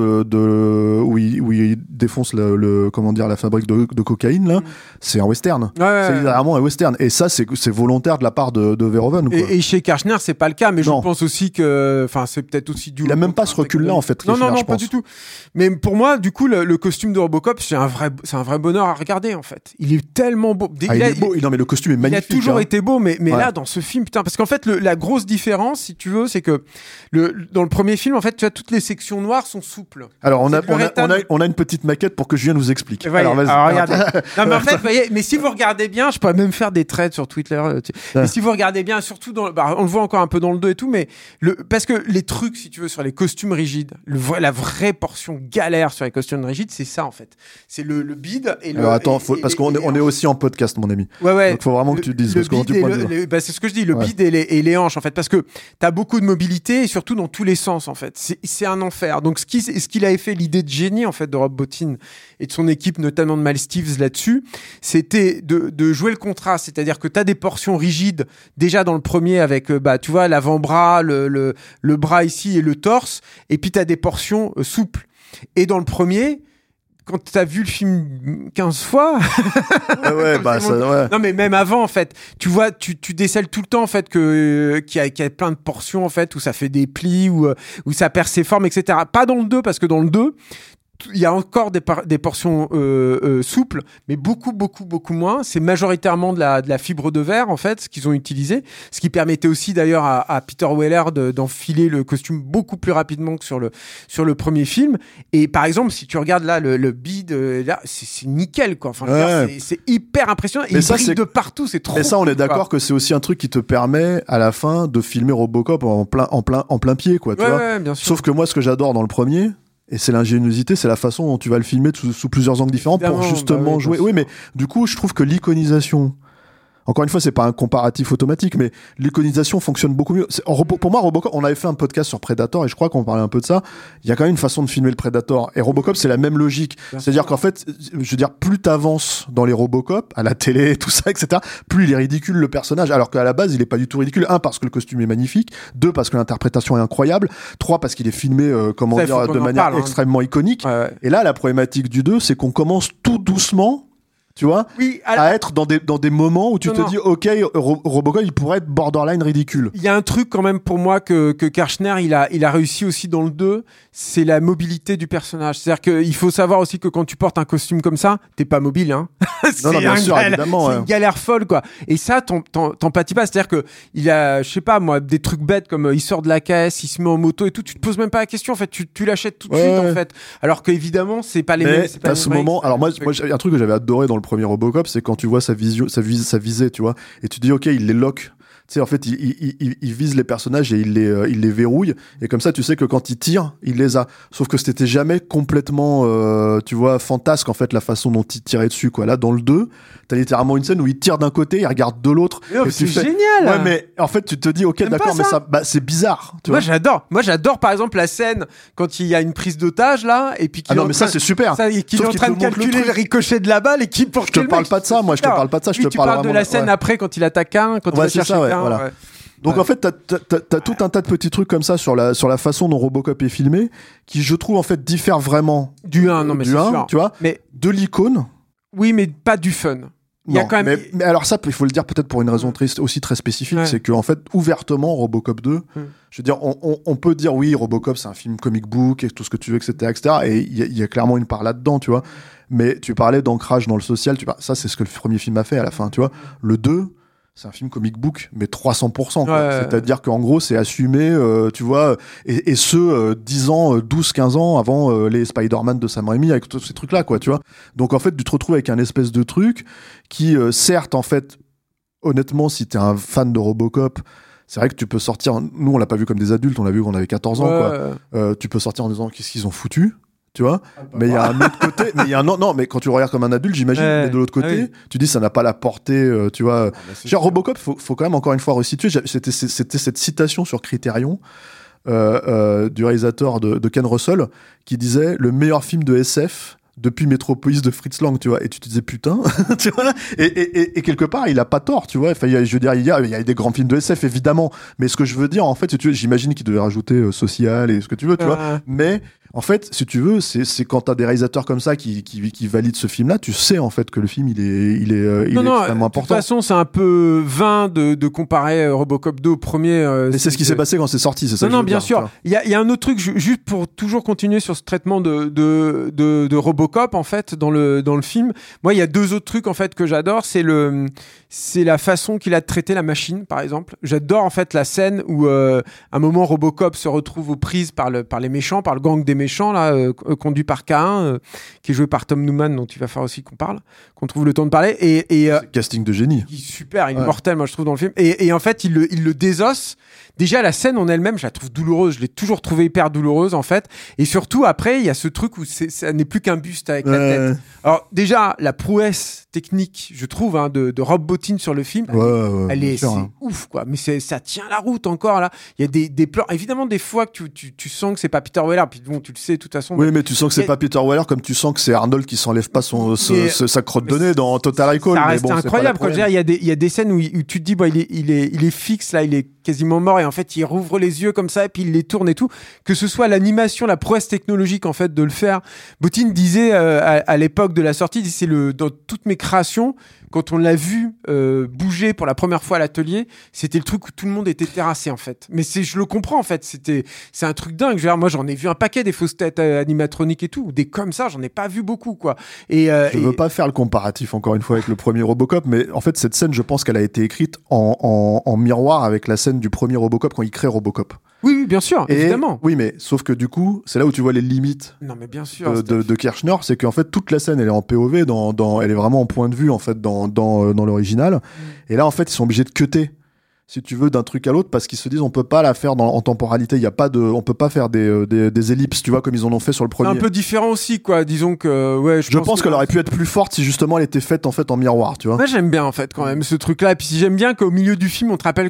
où il défonce la fabrique de cocaïne là, c'est un western. C'est littéralement un western, et ça c'est volontaire de la part de Verhoeven, quoi. Et chez Kershner c'est pas le cas, mais je pense aussi que c'est peut-être aussi du... Il a même pas ce recul là, en fait. Non, pas du tout. Mais pour moi, du coup, le costume de Robocop, c'est un vrai bonheur à regarder, en fait. Il est tellement beau. Il est beau. Non, mais le costume est magnifique. Il a toujours été beau, mais là, dans ce film, putain, parce qu'en fait, la grosse différence, si tu veux, c'est que dans le premier film, en fait, tu vois, toutes les sections noires sont souples. Alors, on a une petite maquette pour que Julien nous explique. Alors, vas-y. Alors, regardez. Non, mais en fait, voyez, mais si vous regardez bien, je pourrais même faire des threads sur Twitter. Mais si vous regardez bien, surtout on le voit encore un peu dans le 2 et tout, mais parce que les trucs, si tu veux, sur les costumes rigides, la vraie portion galère sur les costumes rigides, c'est ça, en fait. C'est le bide et le... Alors, attends, parce qu'on est aussi en podcast, mon ami. Ouais. Donc, faut vraiment que tu dises. C'est ce que je dis, le bide et les hanches, en fait, parce que t'as beaucoup de mobilité et surtout dans tous les sens, en fait. C'est un enfer. Donc, ce qu'il avait fait, l'idée de génie, en fait, de Rob Bottin et de son équipe, notamment de Mal Steves là-dessus, c'était de jouer le contraste. C'est-à-dire que t'as des portions rigides, déjà dans le premier avec, tu vois, l'avant-bras, le bras ici et le torse, et puis t'as des portions souples. Et dans le premier, quand t'as vu le film 15 fois... Non, mais même avant, en fait, tu vois, tu décèles tout le temps, en fait, qu'il y a plein de portions, en fait, où ça fait des plis, où ça perd ses formes, etc. Pas dans le 2, parce que dans le 2, il y a encore des portions souples, mais beaucoup moins. C'est majoritairement de la fibre de verre, en fait, ce qu'ils ont utilisé, ce qui permettait aussi d'ailleurs à Peter Weller d'enfiler le costume beaucoup plus rapidement que sur le premier film. Et par exemple, si tu regardes là le bide, là, c'est nickel, quoi. Enfin, c'est hyper impressionnant. Et il brille de partout, c'est trop. Et ça, on est d'accord que c'est aussi un truc qui te permet à la fin de filmer Robocop en plein pied, quoi. Tu vois. Bien sûr. Sauf que moi, ce que j'adore dans le premier, et c'est l'ingéniosité, c'est la façon dont tu vas le filmer sous plusieurs angles différents. Évidemment, pour justement jouer. Oui, mais du coup, je trouve que l'iconisation, encore une fois, c'est pas un comparatif automatique, mais l'iconisation fonctionne beaucoup mieux. Pour moi, Robocop, on avait fait un podcast sur Predator et je crois qu'on parlait un peu de ça. Il y a quand même une façon de filmer le Predator. Et Robocop, c'est la même logique. C'est-à-dire qu'en fait, je veux dire, plus t'avances dans les Robocop, à la télé, tout ça, etc., plus il est ridicule, le personnage. Alors qu'à la base, il est pas du tout ridicule. 1, parce que le costume est magnifique. 2, parce que l'interprétation est incroyable. 3, parce qu'il est filmé, de manière extrêmement iconique. Ouais. Et là, la problématique du 2, c'est qu'on commence tout doucement tu vois, Oui, à être dans des moments où tu te dis, ok, Robocop, il pourrait être borderline ridicule. Il y a un truc quand même pour moi que Kershner, il a réussi aussi dans le 2, c'est la mobilité du personnage. C'est-à-dire qu'il faut savoir aussi que quand tu portes un costume comme ça, t'es pas mobile, hein. Non, bien sûr, évidemment. C'est une galère folle, quoi. Et ça, t'empathies pas. C'est-à-dire que il a, je sais pas, moi, des trucs bêtes comme il sort de la caisse, il se met en moto et tout, tu te poses même pas la question, en fait, tu l'achètes tout de suite, en fait. Alors qu'évidemment, c'est pas les mêmes. Mais à ce moment, alors moi, un truc que j'avais adoré dans le premier Robocop, c'est quand tu vois sa visée, tu vois, et tu dis, ok, il les lock. Tu sais, en fait, il vise les personnages et il les verrouille. Et comme ça, tu sais que quand il tire, il les a. Sauf que c'était jamais complètement, tu vois, fantasque, en fait, la façon dont il tirait dessus, quoi. Là, dans le 2, t'as littéralement une scène où il tire d'un côté, il regarde de l'autre. C'est génial! Ouais, mais en fait, tu te dis, ok, d'accord, mais ça, c'est bizarre. Tu vois. Moi, j'adore, par exemple, la scène quand il y a une prise d'otage, là, et puis mais ça, c'est super. Qu'il est en train de calculer le ricochet de la balle et qui pour Je te parle pas de ça, moi, je te parle pas de ça, je te parle de la scène après quand il attaque un, quand il va chercher un. Voilà. Ouais. Donc en fait, t'as tout un tas de petits trucs comme ça sur la façon dont Robocop est filmé, qui je trouve en fait diffère vraiment du 1, non mais c'est sûr. Tu vois, mais de l'icône. Oui, mais pas du fun. Il y a quand même. Mais alors ça, il faut le dire peut-être pour une raison aussi très spécifique, c'est que en fait, ouvertement, Robocop 2, je veux dire, on peut dire oui, Robocop c'est un film comic book et tout ce que tu veux, etc., etc. Et il y a clairement une part là-dedans, tu vois. Mais tu parlais d'ancrage dans le social, ça c'est ce que le premier film a fait à la fin, tu vois. Le 2, c'est un film comic book, mais 300%, quoi. Ouais. C'est-à-dire qu'en gros, c'est assumé, tu vois, et ce, 10 ans, 12, 15 ans avant les Spider-Man de Sam Raimi, avec tous ces trucs-là, quoi, tu vois. Donc, en fait, tu te retrouves avec un espèce de truc qui, certes, en fait, honnêtement, si t'es un fan de Robocop, c'est vrai que tu peux sortir, nous, on l'a pas vu comme des adultes, on l'a vu quand on avait 14 ans, quoi. Tu peux sortir en disant, qu'est-ce qu'ils ont foutu? Tu vois, mais il y a un autre côté, mais quand tu le regardes comme un adulte, j'imagine, mais de l'autre côté, tu dis ça n'a pas la portée, tu vois. Genre Robocop, faut quand même encore une fois resituer. C'était cette citation sur Criterion du réalisateur de Ken Russell qui disait le meilleur film de SF depuis Metropolis de Fritz Lang, tu vois, et tu te disais putain, tu vois, et quelque part il a pas tort, tu vois, enfin, je veux dire, il y a des grands films de SF évidemment, mais ce que je veux dire en fait, si tu veux, j'imagine qu'il devait rajouter social et ce que tu veux, tu vois, mais en fait, si tu veux, c'est quand t'as des réalisateurs comme ça qui valident ce film-là, tu sais en fait que le film il est extrêmement important. De toute façon, c'est un peu vain de comparer Robocop 2 au premier. Mais c'est ce qui s'est passé quand c'est sorti, c'est ça. Non, bien sûr. Il y a un autre truc, juste pour toujours continuer sur ce traitement de Robocop en fait dans le film. Moi, il y a deux autres trucs en fait que j'adore. C'est la façon qu'il a de traiter la machine, par exemple. J'adore en fait la scène où à un moment Robocop se retrouve aux prises par les méchants, par le gang des méchants là, conduit par K1, qui est joué par Tom Newman, dont il va falloir aussi qu'on trouve le temps de parler. Et casting de génie. Il est super, il est mortel, moi je trouve dans le film. Et en fait, il le désosse. Déjà, la scène en elle-même, je la trouve douloureuse. Je l'ai toujours trouvée hyper douloureuse, en fait. Et surtout, après, il y a ce truc où ça n'est plus qu'un buste avec la tête. Alors, déjà, la prouesse technique, je trouve, hein, de Rob Bottin sur le film, c'est ouf, quoi. Mais ça tient la route encore, là. Il y a des plans, évidemment, des fois que tu sens que c'est pas Peter Weller. Puis bon, tu le sais, de toute façon. Oui, mais tu sens que c'est pas Peter Weller, comme tu sens que c'est Arnold qui s'enlève pas sa crotte de nez dans Total Recall. Ça reste incroyable. Quand je veux dire, il y a des scènes où tu te dis, bon, il est fixe, là, il est quasiment mort, et en fait il rouvre les yeux comme ça et puis il les tourne et tout, que ce soit l'animation, la prouesse technologique en fait de le faire. Bottin disait à l'époque de la sortie, c'est dans toutes mes créations, quand on l'a vu bouger pour la première fois à l'atelier, c'était le truc où tout le monde était terrassé en fait. Mais je le comprends en fait, c'est un truc dingue. Je veux dire, moi j'en ai vu un paquet des fausses têtes animatroniques et tout, des comme ça, j'en ai pas vu beaucoup quoi. Je veux pas faire le comparatif encore une fois avec le premier Robocop, mais en fait cette scène, je pense qu'elle a été écrite en miroir avec la scène du premier Robocop quand il crée Robocop. Oui, bien sûr, évidemment. Oui, mais sauf que du coup, c'est là où tu vois les limites bien sûr, de Kershner, c'est qu'en fait toute la scène elle est en POV, elle est vraiment en point de vue en fait dans l'original. Et là en fait ils sont obligés de cutter, si tu veux, d'un truc à l'autre, parce qu'ils se disent on peut pas la faire en temporalité, on peut pas faire des ellipses, tu vois, comme ils en ont fait sur le premier. C'est un peu différent aussi, quoi. Disons que je pense qu'elle aurait pu être plus forte si justement elle était faite en fait en miroir, tu vois. Moi j'aime bien en fait quand même ce truc là, et puis j'aime bien qu'au milieu du film on te rappelle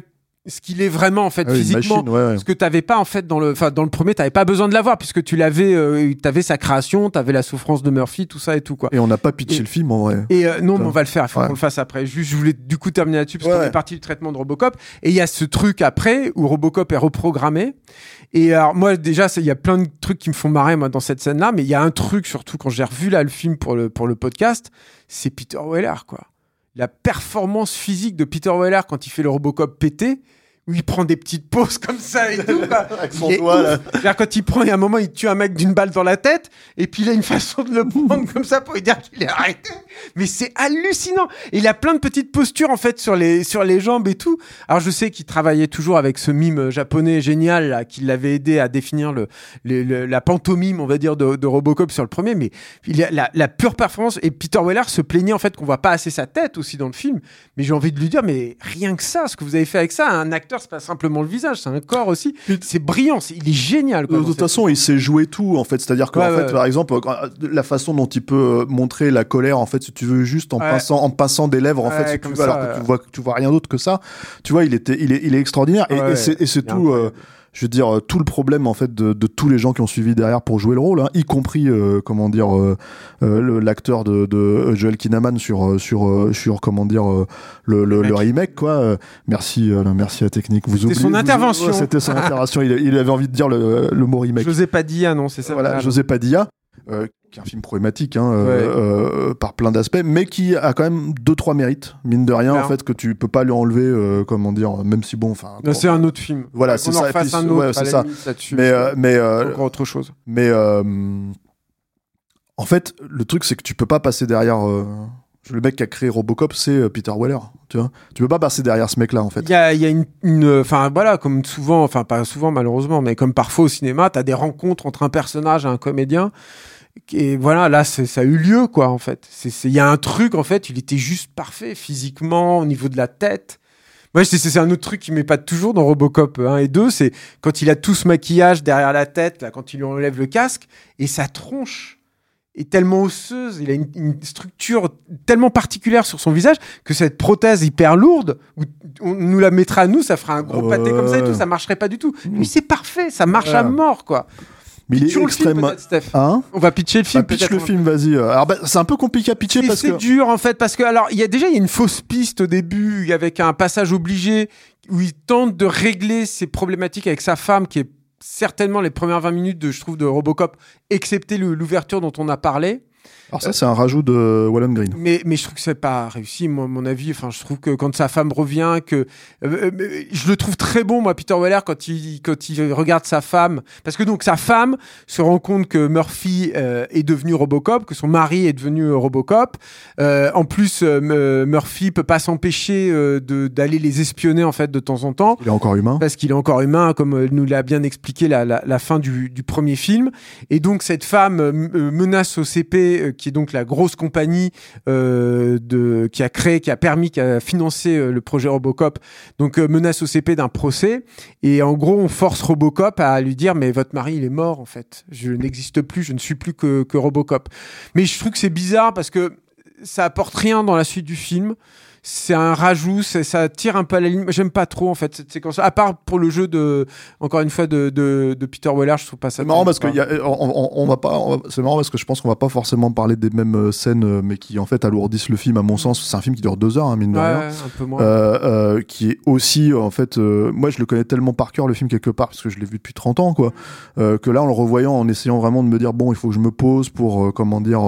ce qu'il est vraiment en fait physiquement, machine, ouais. ce que t'avais pas en fait dans le premier, t'avais pas besoin de l'avoir puisque tu l'avais, t'avais sa création, t'avais la souffrance de Murphy, tout ça et tout quoi. Et on n'a pas pitché le film en vrai. Et non, mais on va le faire, il faut qu'on le fasse après. Juste, je voulais du coup terminer là-dessus parce qu'on est parti du traitement de Robocop et il y a ce truc après où Robocop est reprogrammé. Et alors moi déjà, il y a plein de trucs qui me font marrer moi dans cette scène-là, mais il y a un truc surtout quand j'ai revu là le film pour le podcast, c'est Peter Weller quoi. La performance physique de Peter Weller quand il fait le Robocop pété, où il prend des petites pauses comme ça et tout. Avec son doigt, là. Là, quand il prend, il y a un moment, il tue un mec d'une balle dans la tête, et puis il a une façon de le prendre comme ça pour lui dire qu'il est arrêté. Mais c'est hallucinant. Et il a plein de petites postures, en fait, sur les jambes et tout. Alors, je sais qu'il travaillait toujours avec ce mime japonais génial, là, qui l'avait aidé à définir la pantomime, on va dire, de Robocop sur le premier, mais il a la pure performance. Et Peter Weller se plaignait, en fait, qu'on voit pas assez sa tête aussi dans le film. Mais j'ai envie de lui dire, mais rien que ça, ce que vous avez fait avec ça, un acteur, c'est pas simplement le visage, c'est un corps aussi. C'est brillant, il est génial. Quoi, de toute façon, il sait jouer tout en fait. C'est-à-dire que par exemple, la façon dont il peut montrer la colère, en fait, si tu veux, juste en pinçant des lèvres, en fait, si tu veux, alors que tu vois rien d'autre que ça. Tu vois, il est extraordinaire. Et c'est tout. Je veux dire, tout le problème en fait de tous les gens qui ont suivi derrière pour jouer le rôle, hein, y compris l'acteur de Joel Kinnaman sur comment dire le remake quoi. Merci à la technique. C'était son intervention. C'était son intervention. Il avait envie de dire le mot remake. José Padilla, non, c'est ça. Voilà, José Padilla. Qui est un film problématique par plein d'aspects, mais qui a quand même 2-3 mérites, mine de rien, en fait, que tu peux pas lui enlever, comment dire, même si bon, enfin. C'est un autre film. Voilà, c'est ça. On en fasse un autre, c'est ça. Mais encore autre chose. Mais en fait, le truc, c'est que tu peux pas passer derrière. Le mec qui a créé Robocop, c'est Peter Weller. Tu vois, tu peux pas passer derrière ce mec-là, en fait. Il y a une, enfin voilà, comme souvent, enfin pas souvent malheureusement, mais comme parfois au cinéma, t'as des rencontres entre un personnage et un comédien. Et voilà, là, ça a eu lieu, quoi, en fait. Il y a un truc, en fait, il était juste parfait, physiquement, au niveau de la tête. Moi, c'est un autre truc qui m'épate toujours dans Robocop 1 et 2, c'est quand il a tout ce maquillage derrière la tête, là, quand il lui enlève le casque, et sa tronche est tellement osseuse, il a une structure tellement particulière sur son visage, que cette prothèse hyper lourde, où on nous la mettra à nous, ça fera un gros pâté comme ça et tout, ça marcherait pas du tout. Lui, c'est parfait, ça marche à mort, quoi. Mais il est extrêmement. Hein, on va pitcher le film. Pitch le film, vas-y. Alors, c'est un peu compliqué à pitcher parce que. C'est dur, en fait, parce que, alors, il y a une fausse piste au début, avec un passage obligé, où il tente de régler ses problématiques avec sa femme, qui est certainement les premières 20 minutes, je trouve, de Robocop, excepté l'ouverture dont on a parlé. Alors ça, c'est un rajout de Wallen Green. Mais je trouve que c'est pas réussi, moi, à mon avis. Enfin, je trouve que quand sa femme revient, je le trouve très bon, moi, Peter Weller, quand il regarde sa femme. Parce que donc, sa femme se rend compte que Murphy est devenu Robocop, que son mari est devenu Robocop. En plus, Murphy peut pas s'empêcher d'aller les espionner, en fait, de temps en temps. Il est encore humain. Parce qu'il est encore humain, comme nous l'a bien expliqué la fin du premier film. Et donc, cette femme menace OCP, qui est donc la grosse compagnie qui a financé le projet Robocop, donc menace OCP d'un procès, et en gros on force Robocop à lui dire mais votre mari il est mort en fait, je n'existe plus, je ne suis plus que Robocop. Mais je trouve que c'est bizarre parce que ça apporte rien dans la suite du film. C'est un rajout, ça tire un peu à la ligne. J'aime pas trop en fait cette séquence, à part pour le jeu encore une fois de Peter Weller, je trouve pas ça. C'est marrant parce que c'est marrant parce que je pense qu'on va pas forcément parler des mêmes scènes, mais qui en fait alourdissent le film. À mon sens, c'est un film qui dure 2 heures, hein, mine de rien. Un peu moins. Qui est aussi en fait, moi je le connais tellement par cœur le film quelque part parce que je l'ai vu depuis 30 ans quoi, que là en le revoyant, en essayant vraiment de me dire bon, il faut que je me pose pour comment dire.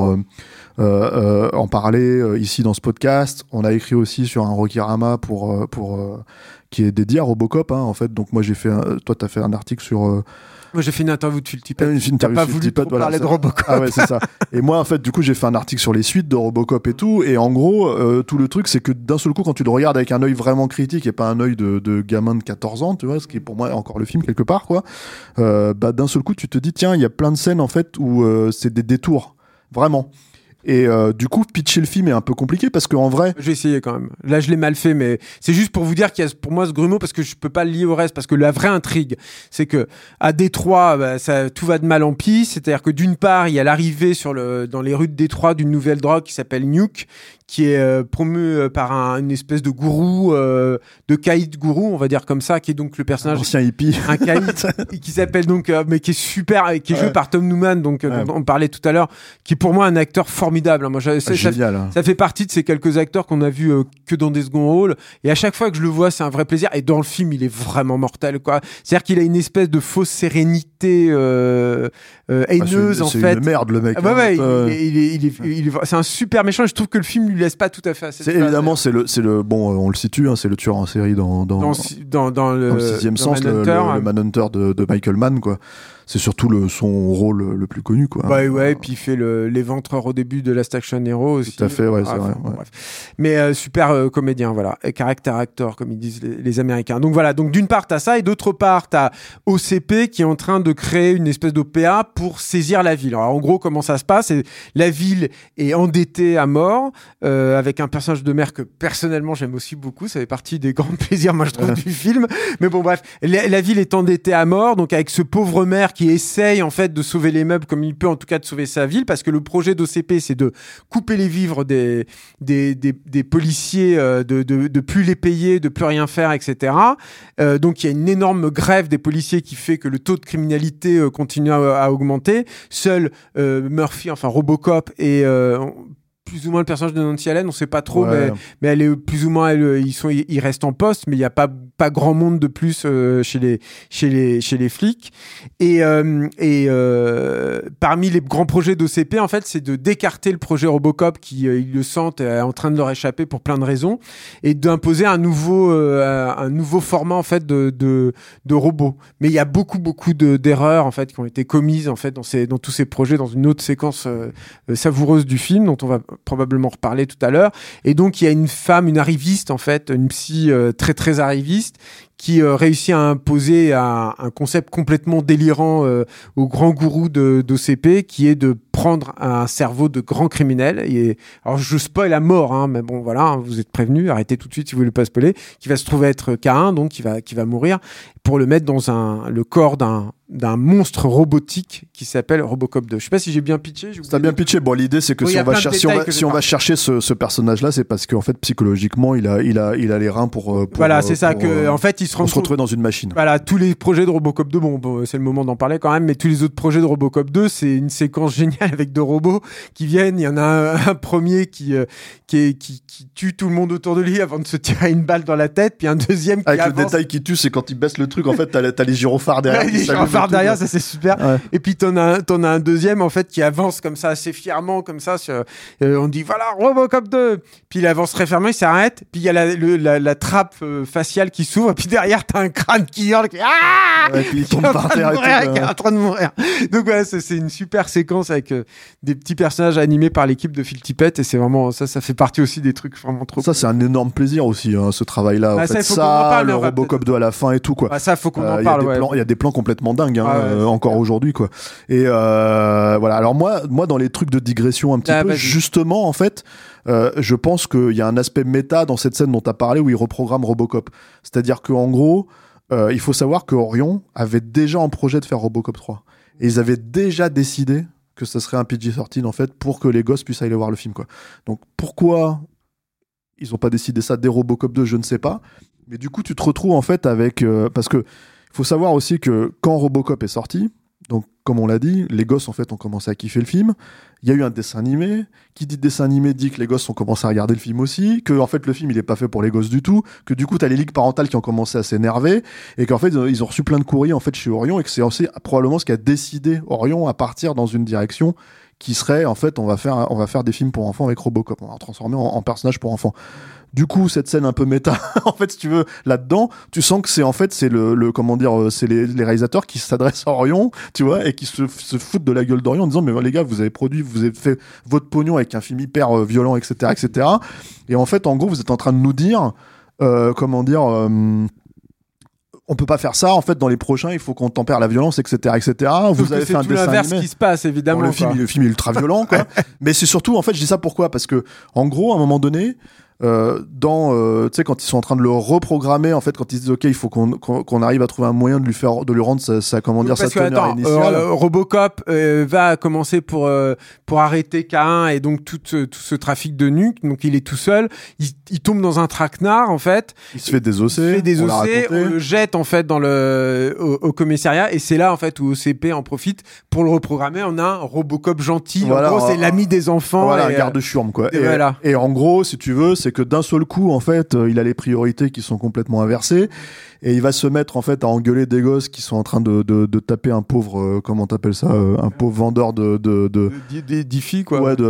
En parler ici dans ce podcast. On a écrit aussi sur un Rokirama pour qui est dédié à Robocop, hein, en fait. Donc moi toi t'as fait un article sur. Moi j'ai fait une interview de Phil Tippett. T'as pas voulu trop parler de Robocop. Ah ouais, c'est ça. Et moi en fait du coup j'ai fait un article sur les suites de Robocop et tout. Et en gros tout le truc c'est que d'un seul coup quand tu le regardes avec un œil vraiment critique et pas un œil de gamin de 14 ans, tu vois, ce qui est pour moi encore le film quelque part quoi. D'un seul coup tu te dis tiens il y a plein de scènes en fait où c'est des détours vraiment. Et du coup, pitcher le film est un peu compliqué parce qu'en vrai... J'ai essayé quand même. Là, je l'ai mal fait, mais c'est juste pour vous dire qu'il y a pour moi ce grumeau, parce que je peux pas le lier au reste, parce que la vraie intrigue, c'est que à Détroit, tout va de mal en pis. C'est-à-dire que d'une part, il y a l'arrivée dans les rues de Détroit d'une nouvelle drogue qui s'appelle Nuke, qui est promu par une espèce de gourou, de caïd gourou, on va dire comme ça, qui est donc le personnage... Un ancien hippie. Un caïd qui s'appelle donc... mais qui est super, qui est joué par Tom Newman, donc dont on parlait tout à l'heure, qui est pour moi un acteur formidable. Moi, génial. Ça fait partie de ces quelques acteurs qu'on a vus que dans des seconds rôles. Et à chaque fois que je le vois, c'est un vrai plaisir. Et dans le film, il est vraiment mortel, quoi. C'est-à-dire qu'il a une espèce de fausse sérénité haineuse, en fait. C'est une merde, le mec. C'est un super méchant. Et je trouve que le film lui laisse pas tout à fait à cette phase. Évidemment, c'est le bon, on le situe, hein, c'est le tueur en série dans le sixième sens, le Manhunter de Michael Mann, quoi. C'est surtout son rôle le plus connu, quoi. Ouais, et puis il fait l'éventreur au début de Last Action Hero aussi. Tout à fait, ouais, c'est vrai. Bon, bref. Mais super comédien, voilà. Et character actor, comme ils disent les Américains. Donc voilà, donc d'une part, t'as ça, et d'autre part, t'as OCP qui est en train de créer une espèce d'OPA pour saisir la ville. Alors en gros, comment ça se passe? La ville est endettée à mort, avec un personnage de maire que personnellement j'aime aussi beaucoup. Ça fait partie des grands plaisirs, moi je trouve, du film. Mais bon, bref, la ville est endettée à mort, donc avec ce pauvre maire qui essaye en fait de sauver les meubles comme il peut, en tout cas de sauver sa ville, parce que le projet d'OCP, c'est de couper les vivres des policiers, de plus les payer, de plus rien faire, etc. Donc il y a une énorme grève des policiers qui fait que le taux de criminalité continue à augmenter. Seul Murphy, enfin Robocop, et plus ou moins le personnage de Nancy Allen, on sait pas trop, mais elle est plus ou moins, ils restent en poste, mais il y a pas grand monde de plus chez les flics. Et parmi les grands projets d'OCP, en fait, c'est d'écarter le projet Robocop qui, ils le sentent, est en train de leur échapper pour plein de raisons, et d'imposer un nouveau format en fait de robot. Mais il y a beaucoup d'erreurs en fait qui ont été commises en fait dans tous ces projets, dans une autre séquence savoureuse du film dont on va probablement reparler tout à l'heure. Et donc il y a une femme, une arriviste en fait, une psy très très arriviste, qui réussit à imposer un concept complètement délirant au grand gourou d'OCP, qui est de prendre un cerveau de grand criminel. Alors je spoil à mort, hein, mais bon voilà, hein, vous êtes prévenus, arrêtez tout de suite si vous voulez pas spoiler, qui va se trouver être K1, donc qui va mourir, pour le mettre dans le corps d'un monstre robotique qui s'appelle Robocop 2. Je sais pas si j'ai bien pitché. T'as bien pitché. Bon, l'idée c'est que si on va chercher ce personnage-là, c'est parce qu'en fait psychologiquement il a les reins pour voilà, c'est ça, que en fait il se retrouver dans une machine. Voilà, tous les projets de Robocop 2, bon c'est le moment d'en parler quand même, mais tous les autres projets de Robocop 2, c'est une séquence géniale avec deux robots qui viennent. Il y en a un premier qui tue tout le monde autour de lui avant de se tirer une balle dans la tête, puis un deuxième qui avec avance. Le détail qui tue, c'est quand il baisse le truc, en fait t'as les gyrophares derrière. Les gyrophares derrière, ça c'est super. Ouais. Et puis t'en as un deuxième en fait qui avance comme ça assez fièrement comme ça. On dit voilà Robocop 2. Puis il avance très fermement, il s'arrête. Puis il y a la trappe faciale qui s'ouvre. Puis derrière t'as un crâne qui hurle, qui puis il tombe par terre, qui est en train de mourir. Donc voilà, c'est une super séquence avec des petits personnages animés par l'équipe de Phil Tippett, et c'est vraiment ça fait partie aussi des trucs vraiment trop. Ça c'est un énorme plaisir aussi, hein, ce travail-là. Bah, en fait, ça, le Robocop 2 à la fin et tout quoi. Bah, ça faut qu'on en parle. Il y a des plans complètement dingues, hein, encore aujourd'hui quoi. Et voilà. Alors moi dans les trucs de digression un petit peu, justement en fait, je pense qu'il y a un aspect méta dans cette scène dont tu as parlé où il reprogramme Robocop. C'est-à-dire qu'en gros, il faut savoir que Orion avait déjà en projet de faire Robocop 3. Et ils avaient déjà décidé que ça serait un PG-13 en fait, pour que les gosses puissent aller voir le film quoi. Donc pourquoi ils ont pas décidé ça dès Robocop 2, je ne sais pas. Mais du coup, tu te retrouves en fait avec parce que il faut savoir aussi que quand Robocop est sorti, donc comme on l'a dit, les gosses en fait ont commencé à kiffer le film. Il y a eu un dessin animé. Qui dit dessin animé dit que les gosses ont commencé à regarder le film aussi, que en fait le film il est pas fait pour les gosses du tout, que du coup t'as les ligues parentales qui ont commencé à s'énerver, et qu'en fait ils ont reçu plein de courriers en fait chez Orion, et que c'est aussi probablement ce qui a décidé Orion à partir dans une direction qui serait en fait on va faire des films pour enfants avec Robocop, on va transformer en personnage pour enfants. Du coup, cette scène un peu méta, en fait, si tu veux, là-dedans, tu sens que c'est le comment dire, c'est les réalisateurs qui s'adressent à Orion, tu vois, et qui se foutent de la gueule d'Orion en disant, mais les gars, vous avez fait votre pognon avec un film hyper violent, etc., etc. Et en fait, en gros, vous êtes en train de nous dire, comment dire, on peut pas faire ça. En fait, dans les prochains, il faut qu'on tempère la violence, etc., etc. Vous avez fait un dessin animé. C'est tout l'inverse qui se passe, évidemment. Le film est ultra violent, quoi. Mais c'est surtout, en fait, je dis ça pourquoi ? Parce que, en gros, à un moment donné, tu sais, quand ils sont en train de le reprogrammer, en fait, quand ils se disent ok, il faut qu'on arrive à trouver un moyen de lui rendre sa comment dire, sa teneur initiale. Robocop va commencer pour arrêter K1 et donc tout ce trafic de nuques. Donc il est tout seul, il tombe dans un traquenard en fait. Il se fait désosser. On le jette en fait au commissariat et c'est là en fait où OCP en profite pour le reprogrammer en un Robocop gentil. Voilà, en gros, c'est l'ami des enfants. Voilà, un garde-chiourme quoi. Et en gros, si tu veux, c'est que d'un seul coup, en fait, il a les priorités qui sont complètement inversées et il va se mettre en fait à engueuler des gosses qui sont en train de taper un pauvre, comment t'appelles ça, un pauvre vendeur d'hi-fi quoi. Ouais,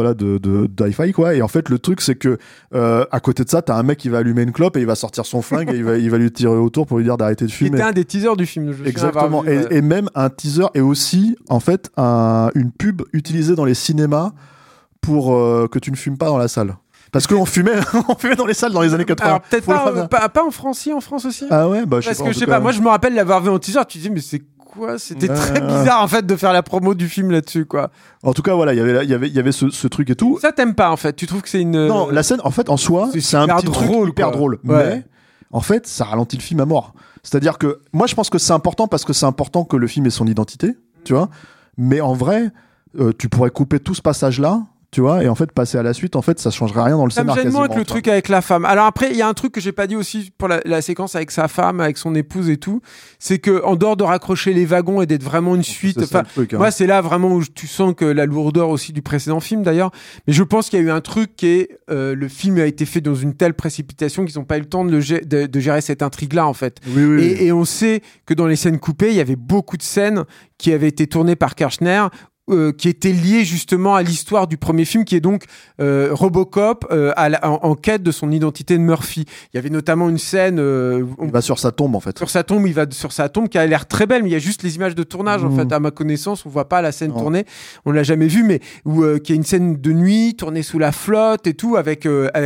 d'hi-fi quoi. Et en fait, le truc c'est que à côté de ça, t'as un mec qui va allumer une clope et il va sortir son flingue et il va lui tirer autour pour lui dire d'arrêter de fumer. C'était un des teasers du film. Exactement. Et même un teaser et aussi en fait une pub utilisée dans les cinémas pour que tu ne fumes pas dans la salle. Parce qu'on fumait dans les salles dans les années 80. Alors peut-être pas en France, en France aussi. Ah ouais, bah parce que je sais pas. Moi, je me rappelle l'avoir vu en teaser. Tu dis mais c'est quoi ? C'était très bizarre en fait de faire la promo du film là-dessus quoi. En tout cas, voilà, il y avait ce truc et tout. Ça t'aimes pas en fait ? Tu trouves que c'est une Non, la scène en fait en soi, c'est un petit truc hyper drôle, mais en fait, ça ralentit le film à mort. C'est-à-dire que moi, je pense que c'est important parce que c'est important que le film ait son identité, tu vois. Mais en vrai, tu pourrais couper tout ce passage-là. Tu vois, et en fait, passer à la suite, en fait, ça changerait rien dans le scénario. Ça me gêne moins que le truc avec la femme. Alors après, il y a un truc que j'ai pas dit aussi pour la séquence avec sa femme, avec son épouse et tout, c'est que en dehors de raccrocher les wagons et d'être vraiment une suite, moi, c'est là vraiment où tu sens que la lourdeur aussi du précédent film d'ailleurs. Mais je pense qu'il y a eu un truc qui est le film a été fait dans une telle précipitation qu'ils n'ont pas eu le temps de gérer cette intrigue-là en fait. Oui. Et on sait que dans les scènes coupées, il y avait beaucoup de scènes qui avaient été tournées par Kirchner. Qui était lié justement à l'histoire du premier film, qui est donc Robocop en quête de son identité de Murphy. Il y avait notamment une scène... il va sur sa tombe en fait. Il va sur sa tombe qui a l'air très belle, mais il y a juste les images de tournage en fait. À ma connaissance, on voit pas la scène tournée, on l'a jamais vue, mais qui est une scène de nuit tournée sous la flotte et tout, avec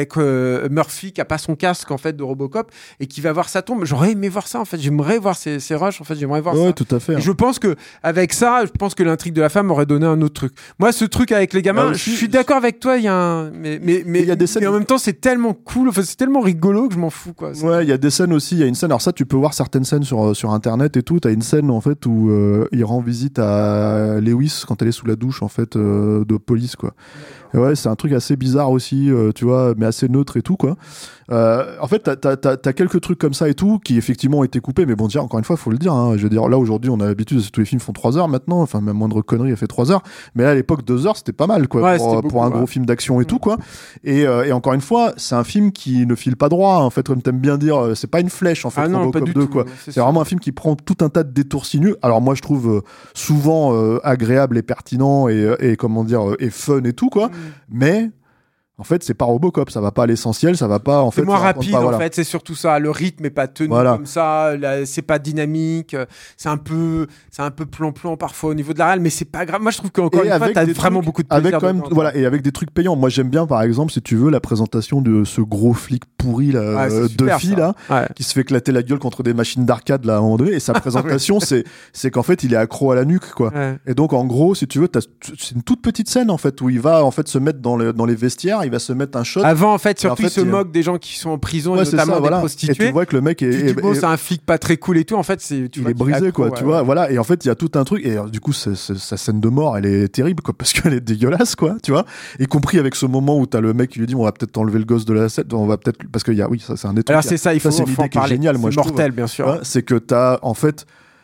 Murphy qui a pas son casque en fait de Robocop et qui va voir sa tombe. J'aurais aimé voir ça en fait. J'aimerais voir ces rushs en fait. J'aimerais voir ça. Ouais, tout à fait. Et je pense que avec ça, l'intrigue de la femme aurait donné un autre truc. Moi, ce truc avec les gamins, je suis d'accord avec toi. Il y a un, mais il y a des scènes. Mais en même temps, c'est tellement cool. Enfin, c'est tellement rigolo que je m'en fous, quoi. Ouais, il y a des scènes aussi. Il y a une scène. Alors ça, tu peux voir certaines scènes sur internet et tout. T'as une scène en fait où il rend visite à Lewis quand elle est sous la douche en fait de police, quoi. Et ouais, c'est un truc assez bizarre aussi, tu vois, mais assez neutre et tout, quoi. En fait, t'as quelques trucs comme ça et tout qui effectivement ont été coupés, mais bon, déjà, encore une fois, faut le dire, hein, je veux dire, là aujourd'hui, on a l'habitude, tous les films font 3 heures maintenant, enfin, même moindre connerie, elle fait 3 heures, mais là, à l'époque, 2 heures, c'était pas mal, quoi, ouais, pour un gros film d'action et tout, quoi. Et encore une fois, c'est un film qui ne file pas droit, en fait, comme t'aimes bien dire, c'est pas une flèche, en fait, Robocop 2, quoi. C'est vraiment un film qui prend tout un tas de détours sinueux. Alors, moi, je trouve souvent agréable et pertinent et comment dire, et fun et tout, quoi. Mais en fait, c'est pas Robocop, ça va pas à l'essentiel, ça va pas en fait. C'est moins rapide pas, en fait, c'est surtout ça. Le rythme est pas tenu comme ça, c'est pas dynamique, c'est un peu plan-plan parfois au niveau de la réal, mais c'est pas grave. Moi, je trouve qu'encore une fois, t'as vraiment beaucoup de plaisir. Avec quand même, voilà, et avec des trucs payants. Moi, j'aime bien, par exemple, si tu veux, la présentation de ce gros flic pourri là, Duffy là, qui se fait éclater la gueule contre des machines d'arcade là à un moment donné. Et sa présentation, c'est qu'en fait, il est accro à la nuque, quoi. Ouais. Et donc, en gros, si tu veux, c'est une toute petite scène en fait où il va en fait se mettre dans les vestiaires. Il va se mettre un shot. Avant, en fait, surtout, il se moque des gens qui sont en prison, et notamment des prostituées. Et tu vois que le mec c'est un flic pas très cool et tout. En fait, il est brisé, quoi. Tu vois, voilà. Et en fait, il y a tout un truc. Et du coup, sa scène de mort, elle est terrible, quoi, parce qu'elle est dégueulasse, quoi. Tu vois. Y compris avec ce moment où t'as le mec qui lui dit, on va peut-être enlever le gosse de la scène. On va peut-être, parce qu'il y a, oui, ça, c'est un état. Alors, c'est ça, il faut c'est une idée qui est géniale, moi, je trouve. Mortel, bien sûr. C'est que t'as, en fait,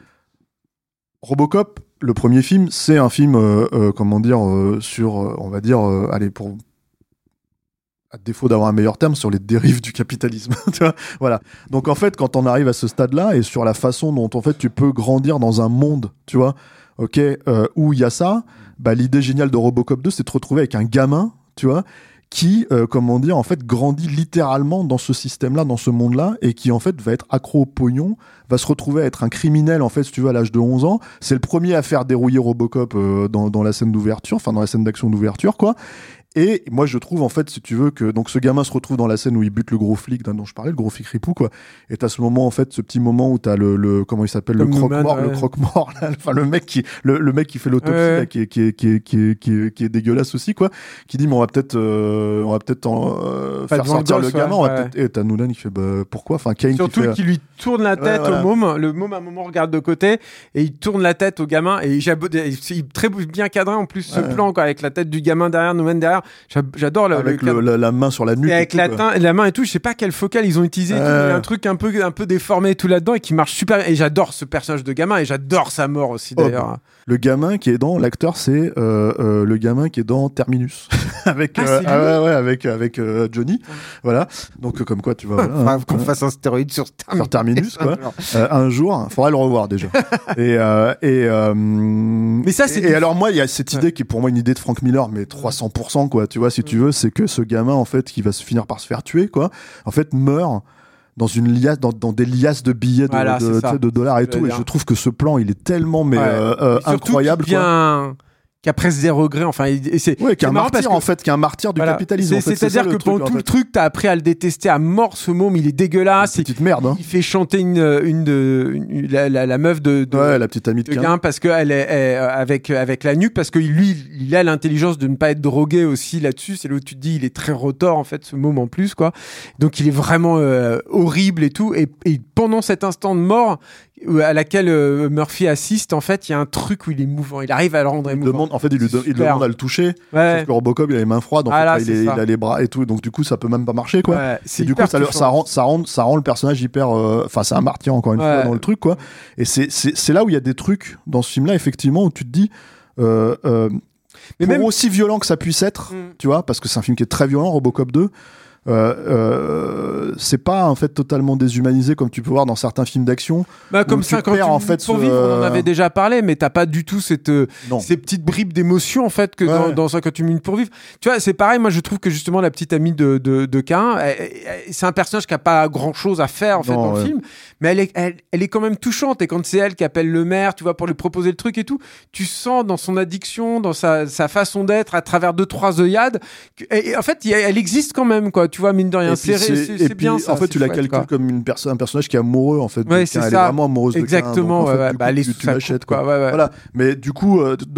Robocop, le premier film, c'est un film, comment dire, sur, on va dire, allez, à défaut d'avoir un meilleur terme, sur les dérives du capitalisme. Tu vois, voilà. Donc en fait, quand on arrive à ce stade-là et sur la façon dont en fait tu peux grandir dans un monde, tu vois, ok, où il y a ça, bah l'idée géniale de Robocop 2, c'est de te retrouver avec un gamin, tu vois, qui, comment dire, en fait, grandit littéralement dans ce système-là, dans ce monde-là, et qui, en fait, va être accro au pognon, va se retrouver à être un criminel, en fait, si tu veux, à l'âge de 11 ans. C'est le premier à faire dérouiller Robocop dans la scène d'ouverture, enfin, dans la scène d'action d'ouverture, quoi. Et moi, je trouve, en fait, si tu veux, que donc ce gamin se retrouve dans la scène où il bute le gros flic dont je parlais, le gros flic ripou, quoi. Et t'as ce moment, en fait, ce petit moment où t'as le comment il s'appelle, le croque-mort, le croque-mort, là, enfin, le mec qui fait l'autopsie, là, qui est dégueulasse aussi, quoi, qui dit, mais on va peut-être faire sortir le gamin, on va peut-être, et t'as Nolan, il fait, bah, pourquoi? Enfin, Kane surtout qui lui tourne la tête au môme. Le môme, à un moment, regarde de côté, et il tourne la tête au gamin, et il est très bien cadré, en plus, ce plan, quoi, avec la tête du gamin derrière, Nolan derrière. J'adore avec la main sur la nuque et avec la main et tout, je sais pas quelle focale ils ont utilisé, il y a un truc un peu déformé tout là-dedans et qui marche super, et j'adore ce personnage de gamin et j'adore sa mort aussi d'ailleurs. Le gamin qui est dans l'acteur, c'est le gamin qui est dans Terminus avec avec Johnny. Voilà. Donc comme quoi tu vois qu'on fasse un stéroïde sur Terminus quoi. Un jour, faudra le revoir déjà. Mais ça c'est alors moi il y a cette idée qui est pour moi une idée de Frank Miller mais 300% quoi, tu vois, si tu veux, c'est que ce gamin en fait qui va se finir par se faire tuer quoi, en fait meurt dans une liasse, dans des liasses de billets de dollars et tout, et je trouve que ce plan il est tellement incroyable quoi. Qui a presque des regrets, enfin, qui est un martyr en fait, qui est un martyr du capitalisme. C'est-à-dire que pendant tout le truc, t'as appris à le détester à mort, ce môme, il est dégueulasse. Petite merde. Hein. Il fait chanter la meuf de la petite amie de Cain parce qu'elle est avec la nuque, parce que lui, il a l'intelligence de ne pas être drogué aussi là-dessus. C'est là où tu te dis, il est très rotor en fait, ce môme en plus quoi. Donc il est vraiment horrible et tout. Et pendant cet instant de mort à laquelle Murphy assiste, en fait, il y a un truc où il est mouvant. Il arrive à le rendre émouvant. En fait, il demande à le toucher. Ouais. Sauf que Robocop, il a les mains froides. En fait, il a les bras et tout. Donc, du coup, ça peut même pas marcher, quoi. Ouais, et du coup, ça rend le personnage hyper. Enfin, c'est un martyr, encore une fois, dans le truc, quoi. Et c'est là où il y a des trucs dans ce film-là, effectivement, où tu te dis. Mais même aussi violent que ça puisse être, tu vois, parce que c'est un film qui est très violent, Robocop 2. C'est pas en fait totalement déshumanisé comme tu peux voir dans certains films d'action. Comme ça, quand en fait, pour vivre, on en avait déjà parlé, mais t'as pas du tout ces petites bribes d'émotion en fait que dans quand tu minutes pour vivre. Tu vois, c'est pareil. Moi, je trouve que justement la petite amie de Cain, c'est un personnage qui a pas grand chose à faire en fait dans le film, mais elle est quand même touchante. Et quand c'est elle qui appelle le maire, tu vois, pour lui proposer le truc et tout, tu sens dans son addiction, dans sa façon d'être, à travers 2-3 œillades, et en fait, elle existe quand même quoi. Tu vois, mine de rien, c'est bien ça. En fait, tu la calcules comme un personnage qui est amoureux, en fait. Ouais, c'est ça. Elle est vraiment amoureuse exactement, de Cain. Elle est tu l'achètes, quoi. Voilà. Mais du coup,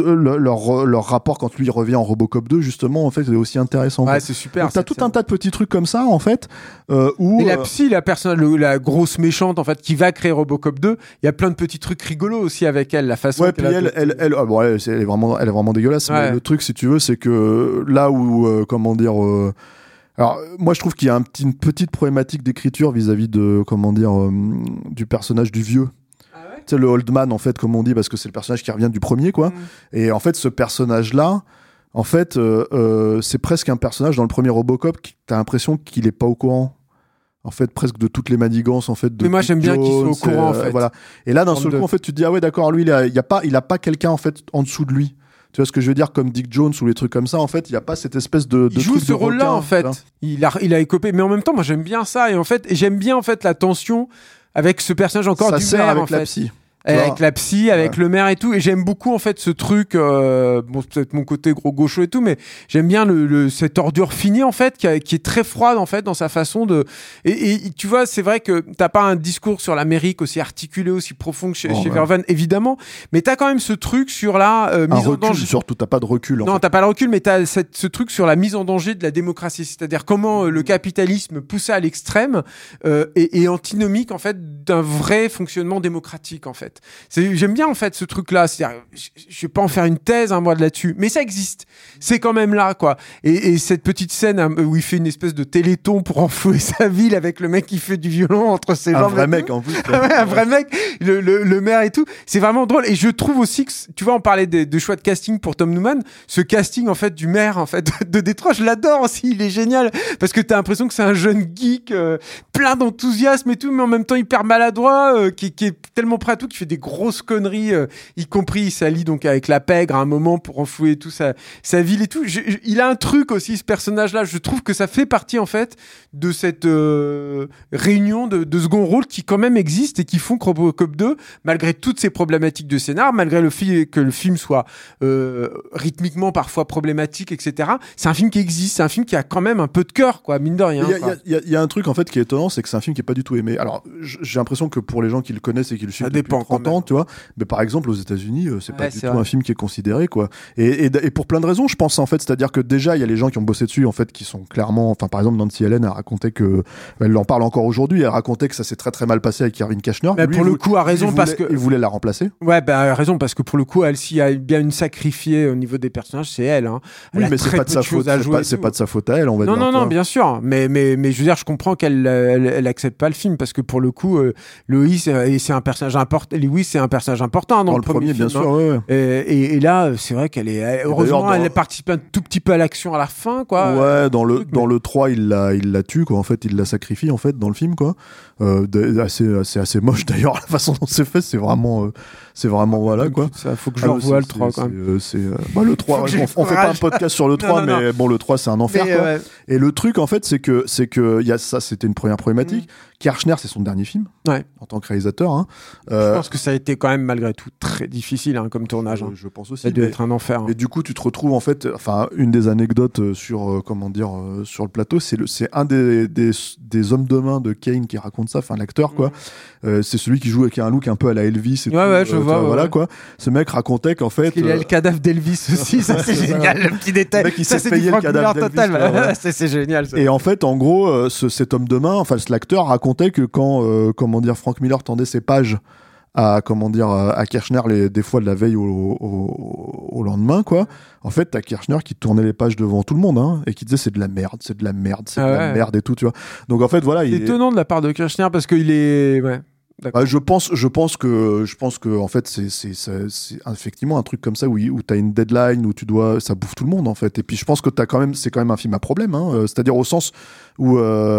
leur rapport quand lui revient en Robocop 2, justement, en fait, c'est aussi intéressant. Ouais, c'est super. Donc, t'as tout un tas de petits trucs comme ça, en fait, où... Et la psy, la grosse méchante, en fait, qui va créer Robocop 2, il y a plein de petits trucs rigolos aussi avec elle, la façon qu'elle elle est vraiment dégueulasse. Mais le truc, si tu veux, c'est que là où, comment dire... Alors, moi, je trouve qu'il y a une petite problématique d'écriture vis-à-vis de, comment dire, du personnage du vieux. Ah ouais, tu sais, le old man, en fait, comme on dit, parce que c'est le personnage qui revient du premier, quoi. Et en fait, ce personnage-là, en fait, c'est presque un personnage dans le premier Robocop qui t'as l'impression qu'il est pas au courant. En fait, presque de toutes les manigances, en fait. Mais moi, j'aime bien qu'il soit au courant, en fait. Voilà. Et là, d'un seul coup, en fait, tu te dis, ah ouais, d'accord, lui, il a pas quelqu'un, en fait, en dessous de lui. Tu vois ce que je veux dire, comme Dick Jones ou les trucs comme ça, en fait, il n'y a pas cette espèce de il joue ce rôle-là, en fait. Il a écopé, mais en même temps, moi, j'aime bien ça. Et j'aime bien, en fait, la tension avec ce personnage encore ça du sert maire, avec en fait. La psy. Avec la psy, avec le maire et tout, et j'aime beaucoup en fait ce truc, bon c'est peut-être mon côté gros gaucho et tout, mais j'aime bien cette ordure finie en fait, qui est très froide en fait dans sa façon de, et tu vois, c'est vrai que t'as pas un discours sur l'Amérique aussi articulé, aussi profond que chez Verhoeven, évidemment, mais t'as quand même ce truc sur la mise en danger. Surtout, t'as pas de recul. Non, t'as pas le recul, mais t'as ce truc sur la mise en danger de la démocratie, c'est-à-dire comment le capitalisme poussé à l'extrême est antinomique en fait d'un vrai fonctionnement démocratique en fait. J'aime bien en fait ce truc-là. C'est-à-dire, je vais pas en faire une thèse moi là-dessus, mais ça existe. C'est quand même là, quoi. Et cette petite scène où il fait une espèce de téléthon pour enflouer sa ville avec le mec qui fait du violon entre ses jambes. Un vrai mec en plus. Un vrai mec, le maire et tout. C'est vraiment drôle. Et je trouve aussi que, tu vois, on parlait de choix de casting pour Tom Newman. Ce casting en fait du maire en fait de Détroit, je l'adore aussi. Il est génial parce que t'as l'impression que c'est un jeune geek plein d'enthousiasme et tout, mais en même temps hyper maladroit, qui est tellement prêt à tout, qui fait fait des grosses conneries, y compris il s'allie donc avec la pègre à un moment pour enfouir tout sa ville et tout. Il a un truc aussi, ce personnage-là. Je trouve que ça fait partie en fait de cette réunion de second rôle qui quand même existe et qui font que Robocop 2, malgré toutes ces problématiques de scénar, malgré le fait que le film soit rythmiquement parfois problématique, etc. C'est un film qui existe, c'est un film qui a quand même un peu de cœur, quoi, mine de rien. Il y a un truc en fait qui est étonnant, c'est que c'est un film qui est pas du tout aimé. Alors j'ai l'impression que pour les gens qui le connaissent et qui le suivent depuis 30 ans, tu vois, mais par exemple aux États-Unis, c'est pas du tout un film qui est considéré, quoi. Et pour plein de raisons, je pense en fait, c'est-à-dire que déjà il y a les gens qui ont bossé dessus en fait qui sont clairement, enfin par exemple Nancy Allen a raconté que elle en parle encore aujourd'hui, elle racontait que ça s'est très très mal passé avec Kevin Costner. Mais pour le coup a raison parce que il voulait la remplacer. Ouais, bah a raison parce que pour le coup elle s'il y a bien une sacrifiée au niveau des personnages, c'est elle, hein. Oui, mais c'est pas de sa faute, c'est pas de sa faute à elle, on va dire. Non, bien sûr, mais je veux dire, je comprends qu'elle accepte pas le film parce que pour le coup Lois c'est un personnage important, Lewis c'est un personnage important dans le premier film, bien sûr, ouais. Et là c'est vrai qu'elle est heureusement elle participe un tout petit peu à l'action à la fin, quoi. Ouais, dans le 3 il la tue, quoi, en fait il la sacrifie en fait dans le film, quoi. Assez moche d'ailleurs la façon dont c'est fait, c'est vraiment voilà, quoi. Ça faut que je revoie le 3 quand même. Le 3 on fait pas un podcast sur le 3 mais bon le 3 c'est un enfer, quoi. Ouais. Et le truc en fait c'est que il y a ça, c'était une première problématique. Kirchner, c'est son dernier film en tant que réalisateur, hein. Je pense que ça a été quand même malgré tout très difficile, hein, comme tournage, hein. Je pense aussi, ça a dû être un enfer, hein. Et du coup tu te retrouves en fait, enfin une des anecdotes sur sur le plateau, c'est un des hommes de main de Kane qui raconte ça, enfin l'acteur, quoi. C'est celui qui joue avec un look un peu à la Elvis et tout, je vois, voilà, quoi. Ce mec racontait qu'en fait il y a le cadavre d'Elvis aussi, ça c'est génial, le petit détail. Le mec, il s'est payé le cadavre d'Elvis, c'est génial ça. Et en fait en gros cet homme de main, enfin l'acteur racontait que quand Frank Miller tendait ses pages à Kirchner des fois de la veille au lendemain, quoi, en fait t'as Kirchner qui tournait les pages devant tout le monde, hein, et qui disait c'est de la merde et tout, tu vois. Donc en fait voilà, c'est étonnant de la part de Kirchner parce qu'il est je pense que en fait c'est effectivement un truc comme ça où t'as une deadline, où ça bouffe tout le monde en fait. Et puis je pense que c'est quand même un film à problème, hein, c'est-à-dire au sens où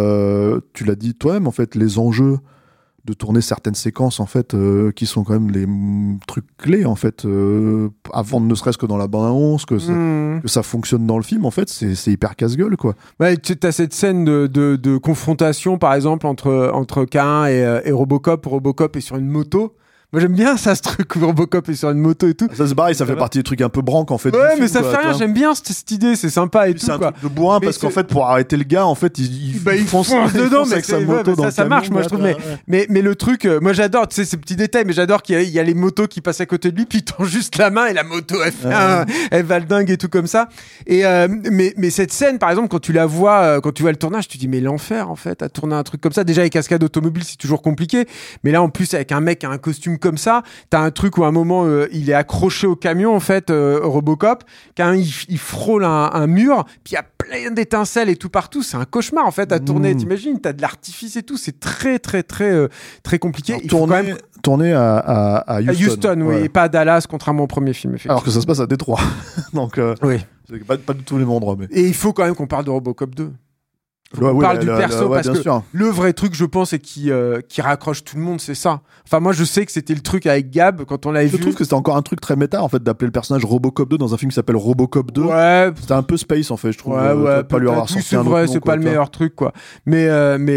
tu l'as dit toi-même en fait, les enjeux de tourner certaines séquences en fait qui sont quand même les trucs clés en fait avant, ne serait-ce que dans la bande-annonce, que ça fonctionne dans le film, en fait c'est hyper casse-gueule, quoi. Ouais, tu as cette scène de confrontation par exemple entre Cain et Robocop est sur une moto. Moi j'aime bien ça, ce truc où Robocop est sur une moto et tout. Ça c'est pareil, ça fait partie des trucs un peu branques en fait. Ouais, film, mais ça quoi, fait rien, j'aime bien cette idée, c'est sympa et tout. C'est un truc de bourrin parce qu'en fait pour arrêter le gars, en fait il fonce dedans, mais avec sa moto dans ça marche, moi je trouve. Mais le truc, moi j'adore, tu sais, ces petits détails, mais j'adore qu'il y a les motos qui passent à côté de lui, puis il tend juste la main et la moto elle va le dingue et tout comme ça. Et mais cette scène par exemple, quand tu la vois, quand tu vois le tournage, tu dis mais l'enfer en fait à tourner un truc comme ça. Déjà les cascades automobiles c'est toujours compliqué, mais là en plus avec un mec qui a un costume comme ça, t'as un truc où à un moment il est accroché au camion en fait, Robocop, quand il frôle un mur, puis il y a plein d'étincelles et tout partout, c'est un cauchemar en fait à tourner. T'imagines, t'as de l'artifice et tout, c'est très très très très compliqué. Tourné à Houston. À Houston, oui, et pas à Dallas, contrairement au premier film. Alors que ça se passe à Détroit, donc oui, c'est pas du tout les mêmes endroits. Mais... Et il faut quand même qu'on parle de Robocop 2. On parle du perso parce que le vrai truc, je pense, et qui raccroche tout le monde, c'est ça. Enfin, moi, je sais que c'était le truc avec Gab quand on l'avait vu. Je trouve que c'était encore un truc très méta en fait d'appeler le personnage Robocop 2 dans un film qui s'appelle Robocop 2. Ouais. C'était un peu space en fait, je trouve. Pas lui avoir sorti un autre nom, c'est pas le meilleur truc, quoi. Mais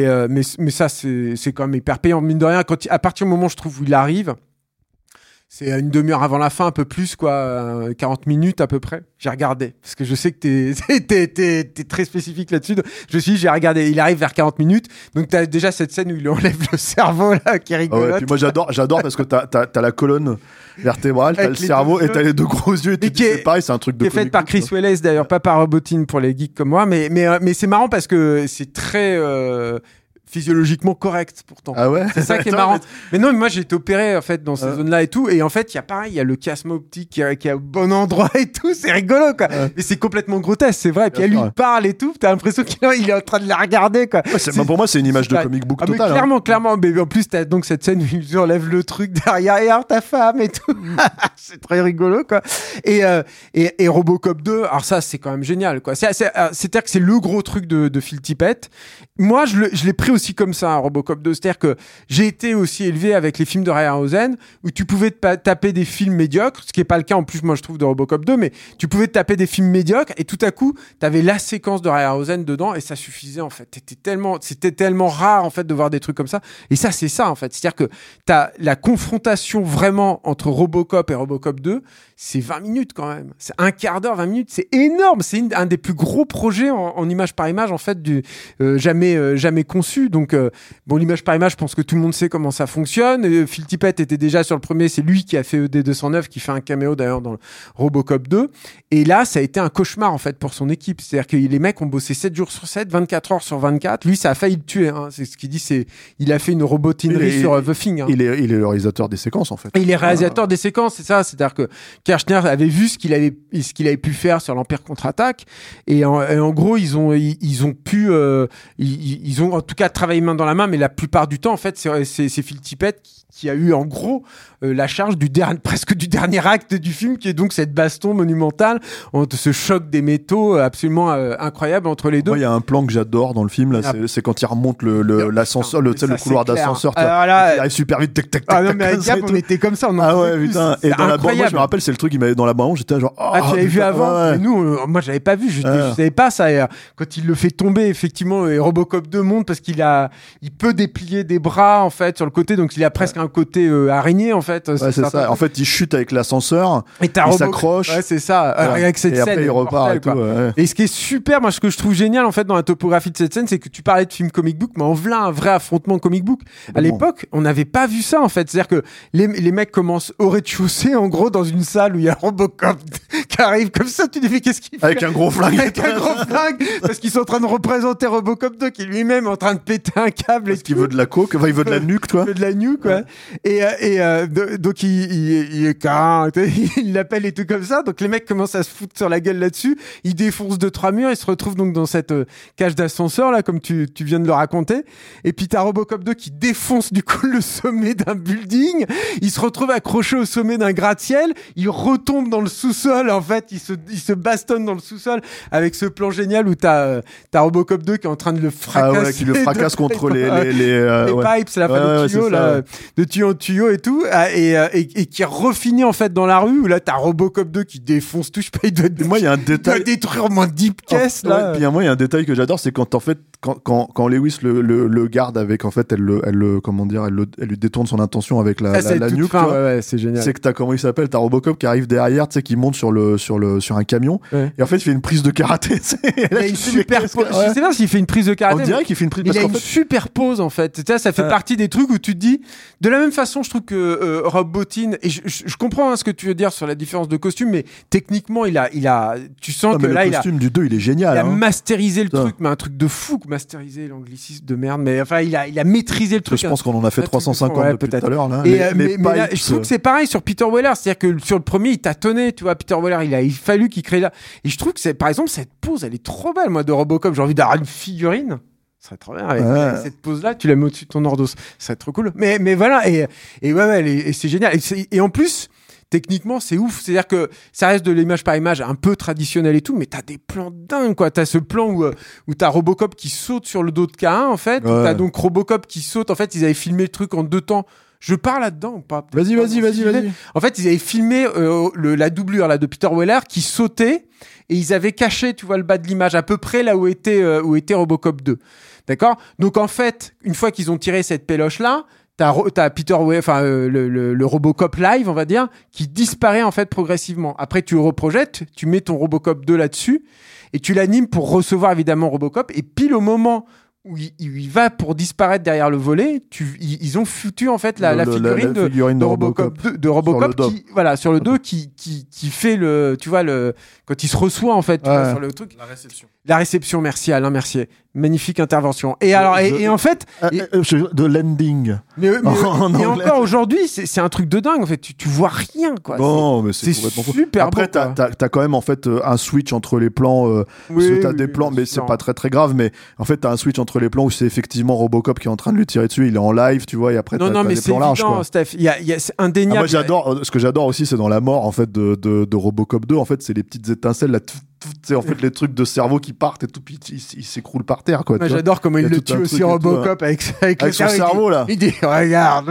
ça, c'est quand même hyper payant, mine de rien. À partir du moment, je trouve, où il arrive. C'est une demi-heure avant la fin, un peu plus, quoi, 40 minutes à peu près. J'ai regardé, parce que je sais que t'es très spécifique là-dessus. Donc, je me suis dit, j'ai regardé, il arrive vers 40 minutes, donc t'as déjà cette scène où il lui enlève le cerveau, là, qui rigole. Puis moi, j'adore parce que t'as la colonne vertébrale, t'as le cerveau et t'as les deux gros yeux, et c'est pareil, c'est un truc de comic book. Qui est fait par Chris Wallace, d'ailleurs, pas par Robotine pour les geeks comme moi, mais c'est marrant parce que c'est très... physiologiquement correct pourtant. Ah ouais. C'est ça qui est marrant. Mais non, mais moi j'ai été opéré en fait dans ces zones-là et tout, et en fait il y a le chiasme optique qui est au bon endroit et tout, c'est rigolo, quoi. Mais c'est complètement grotesque, c'est vrai. Et puis elle lui parle et tout, t'as l'impression qu'il est en train de la regarder, quoi. Pour moi c'est une image de comic book totale. Clairement. Mais en plus t'as donc cette scène où il lui enlève le truc derrière, et alors ta femme et tout. C'est très rigolo, quoi. Et Robocop 2, alors ça c'est quand même génial, quoi. C'est-à-dire que c'est le gros truc de Phil Tippett. Moi je l'ai pris au aussi comme ça, Robocop 2. C'est-à-dire que j'ai été aussi élevé avec les films de Harryhausen, où tu pouvais taper des films médiocres, ce qui est pas le cas en plus, moi je trouve, de Robocop 2, mais tu pouvais te taper des films médiocres et tout à coup, t'avais la séquence de Harryhausen dedans et ça suffisait en fait. C'était tellement rare en fait de voir des trucs comme ça. Et ça, c'est ça en fait. C'est-à-dire que t'as la confrontation vraiment entre Robocop et Robocop 2, c'est 20 minutes quand même. C'est un quart d'heure, 20 minutes. C'est énorme. C'est un des plus gros projets en image par image en fait jamais conçu. Donc l'image par image, je pense que tout le monde sait comment ça fonctionne. Phil Tippett était déjà sur le premier. C'est lui qui a fait ED209, qui fait un caméo d'ailleurs dans Robocop 2. Et là, ça a été un cauchemar en fait pour son équipe. C'est-à-dire que les mecs ont bossé 7 jours sur 7, 24 heures sur 24. Lui, ça a failli le tuer. Hein. C'est ce qu'il dit. Il a fait une robotinerie sur The Thing. Hein. Il est le réalisateur des séquences en fait. Et il est réalisateur des séquences, c'est ça. C'est-à-dire que Kirchner avait vu ce qu'il avait pu faire sur l'Empire contre-attaque. Et en gros, ils ont en tout cas travaillé main dans la main, mais la plupart du temps, en fait, c'est Phil Tippett qui a eu en gros la charge presque du dernier acte du film, qui est donc cette baston monumentale, entre ce choc des métaux absolument incroyable entre les deux. Moi, il y a un plan que j'adore dans le film, là, c'est quand il remonte l'ascenseur, le couloir d'ascenseur, il arrive super vite, tac, tac, tac. Ah non, mais avec Gap, on était comme ça, on en ah ouais, putain. Et dans la bande, moi, je me rappelle, c'est le truc, il m'avait dans la bande, j'étais genre, oh, tu l'avais vu avant? Ouais. Mais nous, moi, j'avais pas vu, je savais pas ça. Et, quand il le fait tomber, effectivement, et Robocop 2 monte parce il peut déplier des bras, en fait, sur le côté, donc il a presque un côté araignée, en fait. Ouais, c'est ça. En fait, il chute avec l'ascenseur, il s'accroche. Ouais, c'est ça. Avec cette scène. Et après, il repart et tout. Ouais. Et ce qui est super, moi, ce que je trouve génial, en fait, dans la topographie de cette scène, c'est que tu parlais de film comic book, mais en voilà un vrai affrontement comic book. À l'époque, on n'avait pas vu ça, en fait. C'est-à-dire que les mecs commencent au rez-de-chaussée, en gros, dans une salle où il y a Robocop qui arrive comme ça. Tu te dis, mais qu'est-ce qu'il fait? Avec un gros flingue. Avec un gros flingue. Parce qu'ils sont en train de représenter Robocop 2, qui lui-même est en train de péter un câble. Parce qu'il veut de la coke, enfin, il veut de la nuque, toi. Il veut de la nuque, ouais. Donc, il l'appelle et tout comme ça. Donc, les mecs commencent à se foutre sur la gueule là-dessus. Ils défoncent 2-3 murs. Ils se retrouvent donc dans cette cage d'ascenseur, là, comme tu viens de le raconter. Et puis, t'as Robocop 2 qui défonce, du coup, le sommet d'un building. Il se retrouve accroché au sommet d'un gratte-ciel. Il retombe dans le sous-sol, en fait. Il se bastonne dans le sous-sol avec ce plan génial où t'as Robocop 2 qui est en train de le fracasser. Ah ouais, qui le fracasse contre les pipes, la fin de tuyau, là, de tuyau en tuyau et tout. Et qui refinit, en fait, dans la rue où là, t'as Robocop 2 qui défonce tout. Je sais pas, moi, il y a un détail. Il doit détruire au moins 10 caisses, là. Ouais, puis moi, il y a un détail que j'adore, c'est quand, en fait, quand Lewis le garde avec, en fait, elle lui détourne son intention avec la nuque. Ouais, c'est génial. C'est que comment il s'appelle, t'as Robocop qui arrive derrière, tu sais, qui monte sur un camion. Ouais. Et en fait, il fait une prise de karaté. Il a une super pose. Je sais pas s'il fait une prise de karaté. On dirait qu'il fait une prise. Il a une super pose, en fait. Ça fait partie des trucs où tu te dis, de la même façon, je trouve que Rob Bottin, et je comprends ce que tu veux dire sur la différence de costume, mais techniquement, tu sens que là, le costume du 2, il est génial. Il a masterisé le truc, mais un truc de fou, masteriser l'anglicisme de merde, mais enfin, il a maîtrisé le truc. Je pense qu'on en a fait 350 depuis tout à l'heure, là. Mais là, je trouve que c'est pareil sur Peter Weller, c'est-à-dire que sur le premier, il tâtonnait, tu vois, Peter Weller, il a fallu qu'il crée là. Et je trouve que par exemple, cette pose, elle est trop belle, moi, de Robocop. J'ai envie d'avoir une figurine. Ça serait trop bien avec cette pose-là, tu la mets au-dessus de ton ordos. Ça serait trop cool. Mais voilà, et c'est génial. Et en plus, techniquement, c'est ouf. C'est-à-dire que ça reste de l'image par image un peu traditionnel et tout, mais t'as des plans dingues, quoi. T'as ce plan où t'as Robocop qui saute sur le dos de K1, en fait. Ouais. T'as donc Robocop qui saute. En fait, ils avaient filmé le truc en 2 temps. Je pars là-dedans ou pas? Vas-y. En fait, ils avaient filmé la doublure là de Peter Weller qui sautait et ils avaient caché, tu vois, le bas de l'image à peu près là où était Robocop 2. D'accord? Donc en fait, une fois qu'ils ont tiré cette péloche là, t'as Peter Weller, enfin le Robocop live, on va dire, qui disparaît en fait progressivement. Après, tu le reprojettes, tu mets ton Robocop 2 là-dessus et tu l'animes pour recevoir évidemment Robocop. Et pile au moment où il va pour disparaître derrière le volet, ils ont foutu en fait la figurine de Robocop 2, de Robocop qui, voilà, sur le dos qui fait le, tu vois, quand il se reçoit en fait, tu vois, sur le truc. La réception, merci Alain Mercier. Magnifique intervention. Et alors, et en fait. De landing. Mais encore aujourd'hui, c'est un truc de dingue. En fait, tu vois rien, quoi. Non, mais c'est complètement super. Après, t'as quand même, en fait, un switch entre les plans. Parce que t'as des plans, mais c'est pas très très grave. Mais en fait, t'as un switch entre les plans où c'est effectivement Robocop qui est en train de lui tirer dessus. Il est en live, tu vois, et après, t'as des plans larges, quoi. Steph. C'est indéniable. Moi, ce que j'adore aussi, c'est dans la mort, en fait, de Robocop 2. En fait, c'est les petites étincelles, là. c'est en fait les trucs de cerveau qui partent et tout, puis il s'écroule par terre, quoi. Moi, j'adore comment il le tue aussi Robocop avec le son cerveau, là. Il dit, regarde,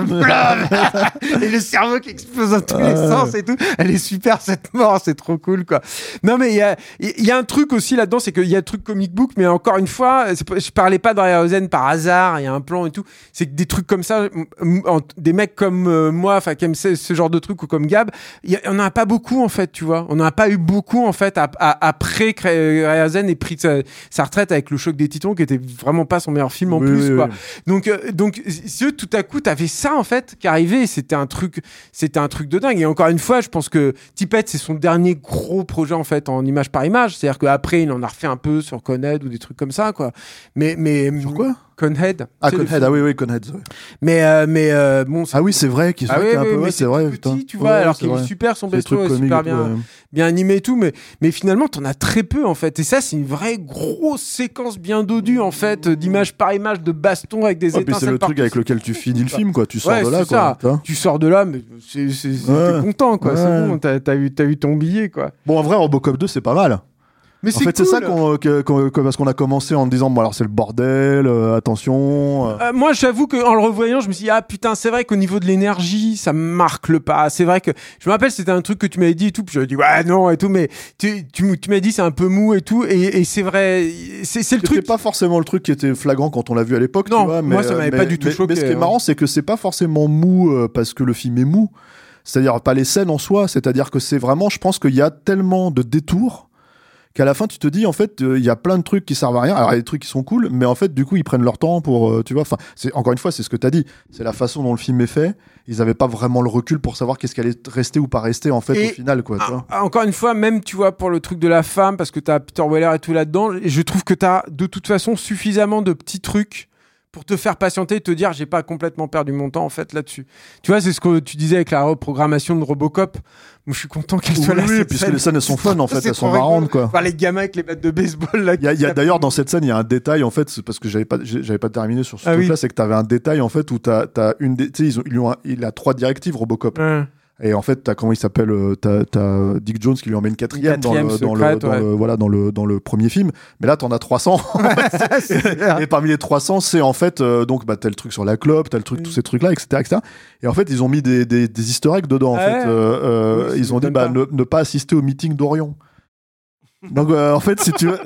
et le cerveau qui explose dans tous les sens et tout. Elle est super, cette mort, c'est trop cool, quoi. Non, mais il y a un truc aussi là-dedans, c'est qu'il y a le truc comic book, mais encore une fois, je parlais pas d'Harryhausen par hasard, il y a un plan et tout. C'est que des trucs comme ça, des mecs comme moi, enfin, qui aiment ce genre de trucs, ou comme Gab, on n'en a pas beaucoup, en fait, tu vois. On n'en a pas eu beaucoup, en fait, après Harryhausen ait pris sa retraite avec Le Choc des Titans, qui était vraiment pas son meilleur film en plus, quoi. Donc, si tout à coup, t'avais ça, en fait, qui arrivait, et c'était un truc de dingue. Et encore une fois, je pense que Tippett, c'est son dernier gros projet, en fait, en image par image. C'est-à-dire qu'après, il en a refait un peu sur Conehead ou des trucs comme ça, quoi. Mais sur quoi? Conehead. Conehead, oui, Conehead. Ouais. Mais bon. Ah oui, c'est vrai qu'il est un peu, c'est vrai. Petit, tu vois, alors qu'il est super, son bestiau est super bien animé et tout, mais finalement, t'en as très peu, en fait. Et ça, c'est une vraie grosse séquence bien dodue, en fait, d'image par image, de baston avec des étincelles. C'est le truc avec lequel tu finis le film, quoi. Tu sors de là, quoi. Tu sors de là, mais t'es content, quoi. C'est bon, t'as eu ton billet, quoi. Bon, en vrai, Robocop 2, c'est pas mal. Mais en fait, cool. C'est ça parce qu'on a commencé en disant bon alors c'est le bordel, attention. Moi, j'avoue que en le revoyant, je me suis dit putain, c'est vrai qu'au niveau de l'énergie, ça me marque le pas. C'est vrai que je me rappelle, c'était un truc que tu m'avais dit et tout, puis j'avais dit ouais non et tout, mais tu m'as dit c'est un peu mou et tout, et c'est vrai, c'est le truc. C'était pas forcément le truc qui était flagrant quand on l'a vu à l'époque. Non, tu vois, moi ça m'avait pas du tout choqué. Mais ce qui est marrant, c'est que c'est pas forcément mou parce que le film est mou. C'est-à-dire pas les scènes en soi, c'est-à-dire que c'est vraiment, je pense qu'il y a tellement de détours qu'à la fin tu te dis en fait il y a plein de trucs qui servent à rien. Alors il y a des trucs qui sont cool, mais en fait du coup ils prennent leur temps pour tu vois, enfin c'est encore une fois c'est ce que t'as dit, c'est la façon dont le film est fait. Ils avaient pas vraiment le recul pour savoir qu'est-ce qui allait rester ou pas rester en fait au final, quoi. Tu vois. Encore une fois, même tu vois pour le truc de la femme, parce que t'as Peter Weller et tout là-dedans, et je trouve que t'as de toute façon suffisamment de petits trucs pour te faire patienter et te dire j'ai pas complètement perdu mon temps en fait là-dessus. Tu vois, c'est ce que tu disais avec la reprogrammation de Robocop. Moi, je suis content qu'elle soit là. Oui, puisque les scènes elles sont fun en fait, elles sont marrantes, quoi. Enfin, les gamins avec les battes de baseball là. Il y a d'ailleurs dans cette scène il y a un détail en fait, c'est parce que j'avais pas terminé sur ce truc-là, c'est que t'avais un détail en fait où t'as une, tu sais il a 3 directives Robocop. Et en fait, t'as comment il s'appelle, t'as Dick Jones qui lui en met une quatrième dans le premier film. Mais là, t'en as 300. Et parmi les 300, c'est en fait donc t'as le truc sur la clope, t'as le truc tous ces trucs là, etc. Et en fait, ils ont mis des Easter eggs dedans. En fait, ils ont dit ne pas assister au meeting d'Orion. Donc en fait si tu veux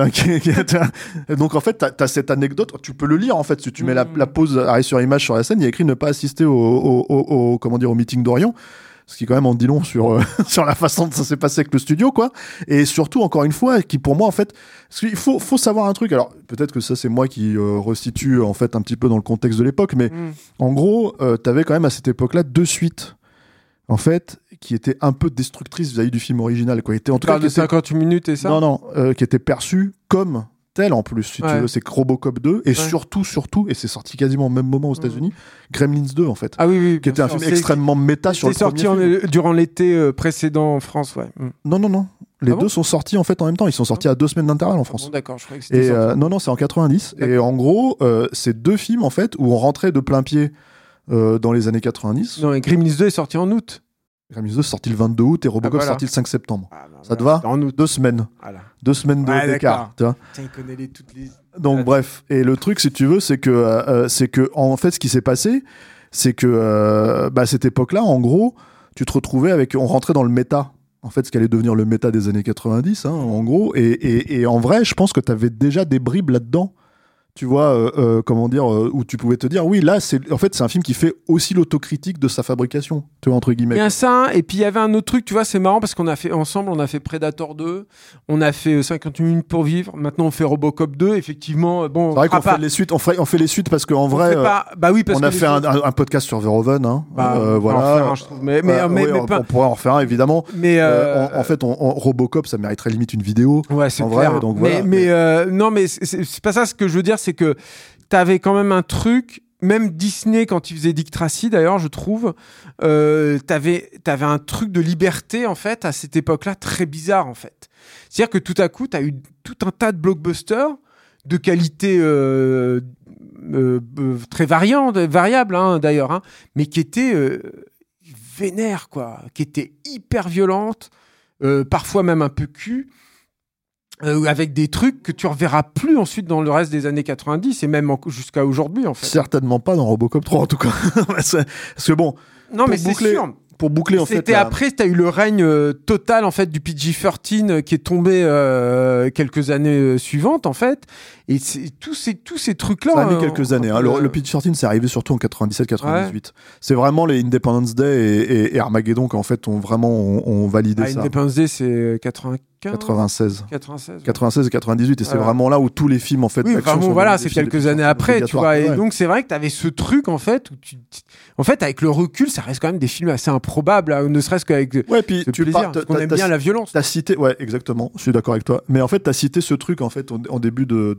donc en fait t'as cette anecdote, tu peux le lire en fait si tu mets la pause arrêt sur image sur la scène, il y a écrit ne pas assister au meeting d'Orion, ce qui quand même en dit long sur la façon dont ça s'est passé avec le studio, quoi. Et surtout encore une fois qui pour moi en fait, parce qu'il faut savoir un truc, alors peut-être que ça c'est moi qui restitue en fait un petit peu dans le contexte de l'époque, mais en gros t'avais quand même à cette époque là 2 suites en fait, qui était un peu destructrice vis-à-vis du film original, quoi. En tout cas, de 58 minutes et ça. Non, qui était perçu comme tel en plus, si tu veux. C'est Robocop 2 et surtout, et c'est sorti quasiment au même moment aux États-Unis, Gremlins 2 en fait. Ah oui, qui était un film extrêmement méta sur le premier film. C'est sorti durant l'été précédent en France, ouais. Non. Les deux sont sortis en fait en même temps. Ils sont sortis à 2 semaines d'intervalle en France. Bon, d'accord, je croyais que c'était sorti. Non, c'est en 90. D'accord. Et en gros, c'est 2 films en fait où on rentrait de plein pied dans les années 90. Non, et Gremlins 2 est sorti en août. Gremlins 2 est sorti le 22 août et Robocop est sorti le 5 septembre. Ça te va ? En août. 2 semaines. Voilà. 2 semaines d'écart. Tiens, il connaît toutes les... Donc bref, et le truc si tu veux, c'est que en fait ce qui s'est passé, c'est que à cette époque-là, en gros, tu te retrouvais on rentrait dans le méta. En fait, ce qui allait devenir le méta des années 90, en gros, et en vrai, je pense que tu avais déjà des bribes là-dedans. Tu vois, comment dire, où tu pouvais te dire, oui, là, c'est un film qui fait aussi l'autocritique de sa fabrication, tu vois, entre guillemets. Il y a ça, et puis il y avait un autre truc, tu vois, c'est marrant parce qu'on a fait ensemble, on a fait Predator 2, on a fait 58 minutes pour vivre, maintenant on fait Robocop 2, effectivement, bon. C'est vrai qu'on fait les suites, on fait les suites parce qu'en vrai, on a fait un podcast sur Verhoeven, hein, voilà. On pourrait en refaire un, évidemment. Mais en fait, Robocop, ça mériterait limite une vidéo. Ouais, c'est clair. Vrai, donc, voilà. Non, mais c'est pas ça ce que je veux dire, c'est que t'avais quand même un truc, même Disney quand il faisait Dick Tracy d'ailleurs je trouve, t'avais un truc de liberté en fait à cette époque-là très bizarre en fait. C'est-à-dire que tout à coup t'as eu tout un tas de blockbusters de qualité très variable hein, d'ailleurs, hein, mais qui étaient vénères quoi, qui étaient hyper violentes, parfois même un peu cul. avec des trucs que tu reverras plus ensuite dans le reste des années 90 et même jusqu'à aujourd'hui, en fait. Certainement pas dans Robocop 3, en tout cas. Parce que bon... Non, mais c'est sûr. Pour boucler, en fait... C'était après, t'as eu le règne total, en fait, du PG-13 qui est tombé quelques années suivantes, en fait. Et tous ces trucs-là... Ça a mis quelques années. Le PG-13, c'est arrivé surtout en 97-98. Ouais. C'est vraiment les Independence Day et Armageddon qui, en fait, ont validé ça. Independence Day, c'est 96 et 98. Et c'est vraiment là où tous les films, en fait... Oui, vraiment, voilà, c'est quelques années après, tu vois. Et donc, c'est vrai que t'avais ce truc, en fait, où en fait, avec le recul, ça reste quand même des films assez improbables, là, ne serait-ce qu'avec puis ce plaisir, parce qu'on aime bien la violence. T'as cité, ouais, exactement, je suis d'accord avec toi. Mais en fait, t'as cité ce truc, en fait, en début de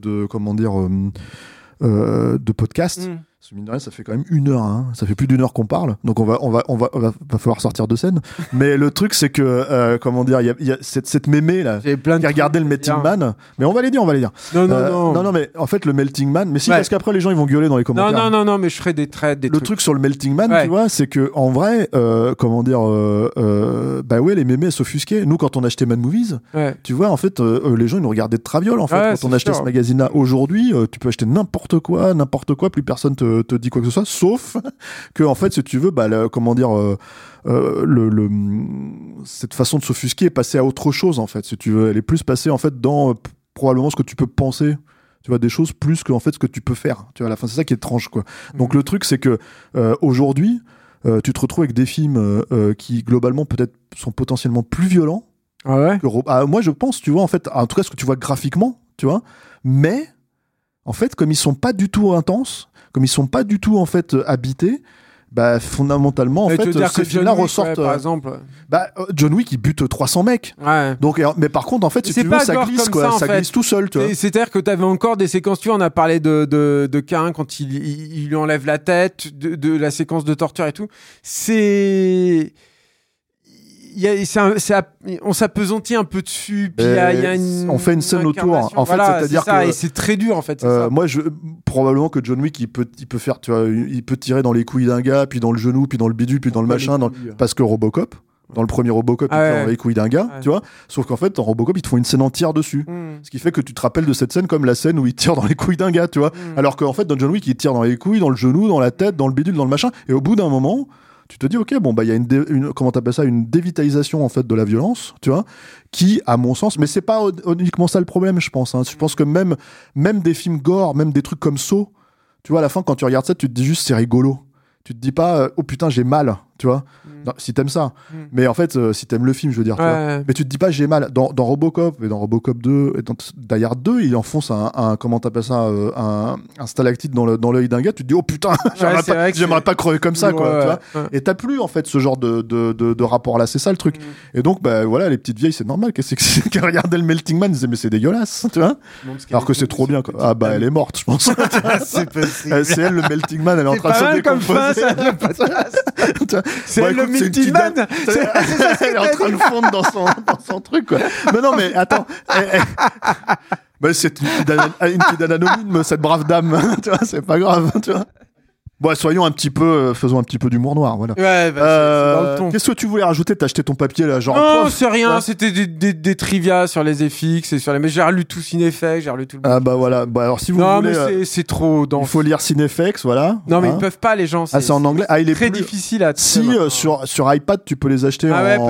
podcast. Mine de rien, ça fait quand même 1 heure, hein. Ça fait plus d'1 heure qu'on parle, donc va falloir sortir de scène. Mais le truc, c'est que il y a cette mémé là qui regardait le Melting Man. Mais on va les dire. Non, mais en fait le Melting Man. Mais si, parce qu'après les gens ils vont gueuler dans les commentaires. Non, mais je ferai des traits, des trucs. Le truc sur le Melting Man, tu vois, c'est que en vrai, les mémés s'offusquaient. Nous, quand on achetait Mad Movies, tu vois, en fait, les gens ils nous regardaient de traviole. En fait, quand on achetait ce magazine-là, aujourd'hui, tu peux acheter n'importe quoi, plus personne te dit quoi que ce soit, sauf que en fait, si tu veux, cette façon de s'offusquer est passée à autre chose, en fait, si tu veux. Elle est plus passée en fait dans probablement ce que tu peux penser, tu vois, des choses plus que en fait ce que tu peux faire, tu vois. À la fin, c'est ça qui est étrange, quoi. Donc le truc, c'est que aujourd'hui, tu te retrouves avec des films qui globalement peut-être sont potentiellement plus violents. Ah ouais. Moi, je pense, tu vois, en fait, en tout cas, ce que tu vois graphiquement, tu vois, mais en fait, comme ils sont pas du tout intenses, comme ils sont pas du tout en fait habités, fondamentalement en fait ces films-là ressortent. Par exemple. John Wick il bute 300 mecs. Ouais. Donc mais par contre en fait si tu veux ça glisse quoi, ça glisse tout seul, tu vois. C'est-à-dire que tu avais encore des séquences, tu vois, on a parlé de Cain quand il lui enlève la tête, de la séquence de torture et tout. On s'appesantit un peu dessus, puis on fait une scène autour. En fait, c'est-à-dire que et c'est très dur en fait. Ça. Moi, probablement que John Wick, il peut faire, tu vois, il peut tirer dans les couilles d'un gars, puis dans le genou, puis dans le bidule, puis dans le machin, parce que Robocop. Dans le premier Robocop, il tire dans les couilles d'un gars, tu vois. Sauf qu'en fait, dans Robocop, ils te font une scène entière dessus. Ce qui fait que tu te rappelles de cette scène comme la scène où il tire dans les couilles d'un gars, tu vois. Alors qu'en fait, dans John Wick, il tire dans les couilles, dans le genou, dans la tête, dans le bidule, dans le machin. Et au bout d'un moment, tu te dis, ok, bon, il y a comment t'appelles ça, une dévitalisation, en fait, de la violence, tu vois, qui, à mon sens, mais c'est pas uniquement ça le problème, je pense, hein. Je pense que même des films gore, même des trucs comme Saw, tu vois, à la fin, quand tu regardes ça, tu te dis juste, c'est rigolo. Tu te dis pas, oh putain, j'ai mal, tu vois. Non, si t'aimes ça. Mais en fait, si t'aimes le film, je veux dire, tu vois. Mais tu te dis pas, j'ai mal. Dans Robocop, et dans Robocop 2, et dans Die Hard 2, il enfonce comment t'appelles ça, un stalactite dans l'œil d'un gars, tu te dis, oh putain, j'aimerais pas crever comme ça, quoi, tu vois. Et t'as plus, en fait, ce genre de rapport-là. C'est ça, le truc. Et donc, voilà, les petites vieilles, c'est normal. Qu'elles regardaient le Melting Man, elles disaient, mais c'est dégueulasse, tu vois. Alors que c'est trop bien, quoi. Elle est morte, je pense. C'est elle, le Melting Man, elle est en train de se décomposer. C'est le Melting Man. Elle est en train de fondre dans son truc, quoi. Mais non, mais attends. C'est une fille d'anonyme, cette brave dame. Tu vois, c'est pas grave, tu vois. Bon, faisons un petit peu d'humour noir, voilà. Ouais, c'est dans le ton. Qu'est-ce que tu voulais rajouter? T'as acheté ton papier là, genre. Non, c'est rien. C'était des trivia sur les FX et sur les. Mais j'ai relu tout Cinefx, j'ai relu tout. Voilà. Alors si vous voulez. Non, mais c'est trop dense. Il faut lire Cinefx, voilà. Non, mais ils peuvent pas, les gens. C'est en anglais. Il est très difficile à. Si sur iPad, tu peux les acheter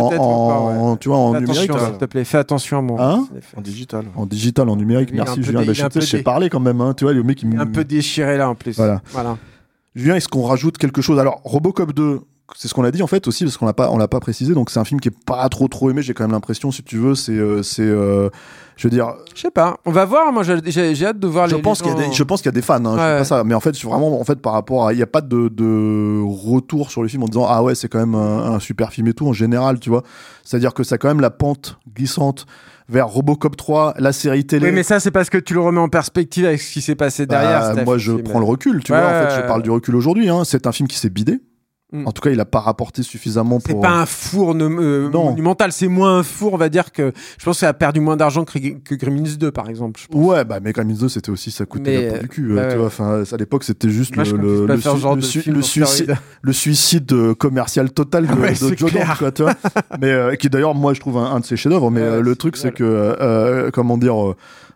tu vois, en numérique. S'il te plaît, fais attention à moi. En digital. En digital, en numérique. Merci Julien. J'ai parlé quand même. Tu vois, le mec un peu déchiré là en plus. Voilà. Julien, est-ce qu'on rajoute quelque chose? Alors, Robocop 2, c'est ce qu'on a dit en fait aussi, parce qu'on l'a pas précisé, donc c'est un film qui est pas trop aimé, j'ai quand même l'impression, si tu veux, je veux dire... Je sais pas, on va voir, moi j'ai hâte de voir je pense qu'il y a des fans, hein, je sais pas ça, mais en fait, vraiment, par rapport à... Il n'y a pas de retour sur le film en disant « Ah ouais, c'est quand même un super film et tout », en général, tu vois. C'est-à-dire que ça a quand même la pente glissante vers Robocop 3, la série télé. Oui, mais ça, c'est parce que tu le remets en perspective avec ce qui s'est passé derrière. Moi, je prends le recul, tu vois. En fait, je parle du recul aujourd'hui. Hein. C'est un film qui s'est bidé. En tout cas, il a pas rapporté suffisamment pour. C'est pas un four monumental, c'est moins un four, on va dire que je pense que ça a perdu moins d'argent que Gremlins 2 par exemple. Je pense. Ouais, mais Gremlins 2 c'était aussi ça coûtait la peau du cul, tu vois. Enfin, à l'époque c'était juste le suicide commercial total de Joe Dante, quoi, tu vois. Mais qui d'ailleurs moi je trouve un de ses chefs-d'œuvre. Mais le truc c'est que comment dire,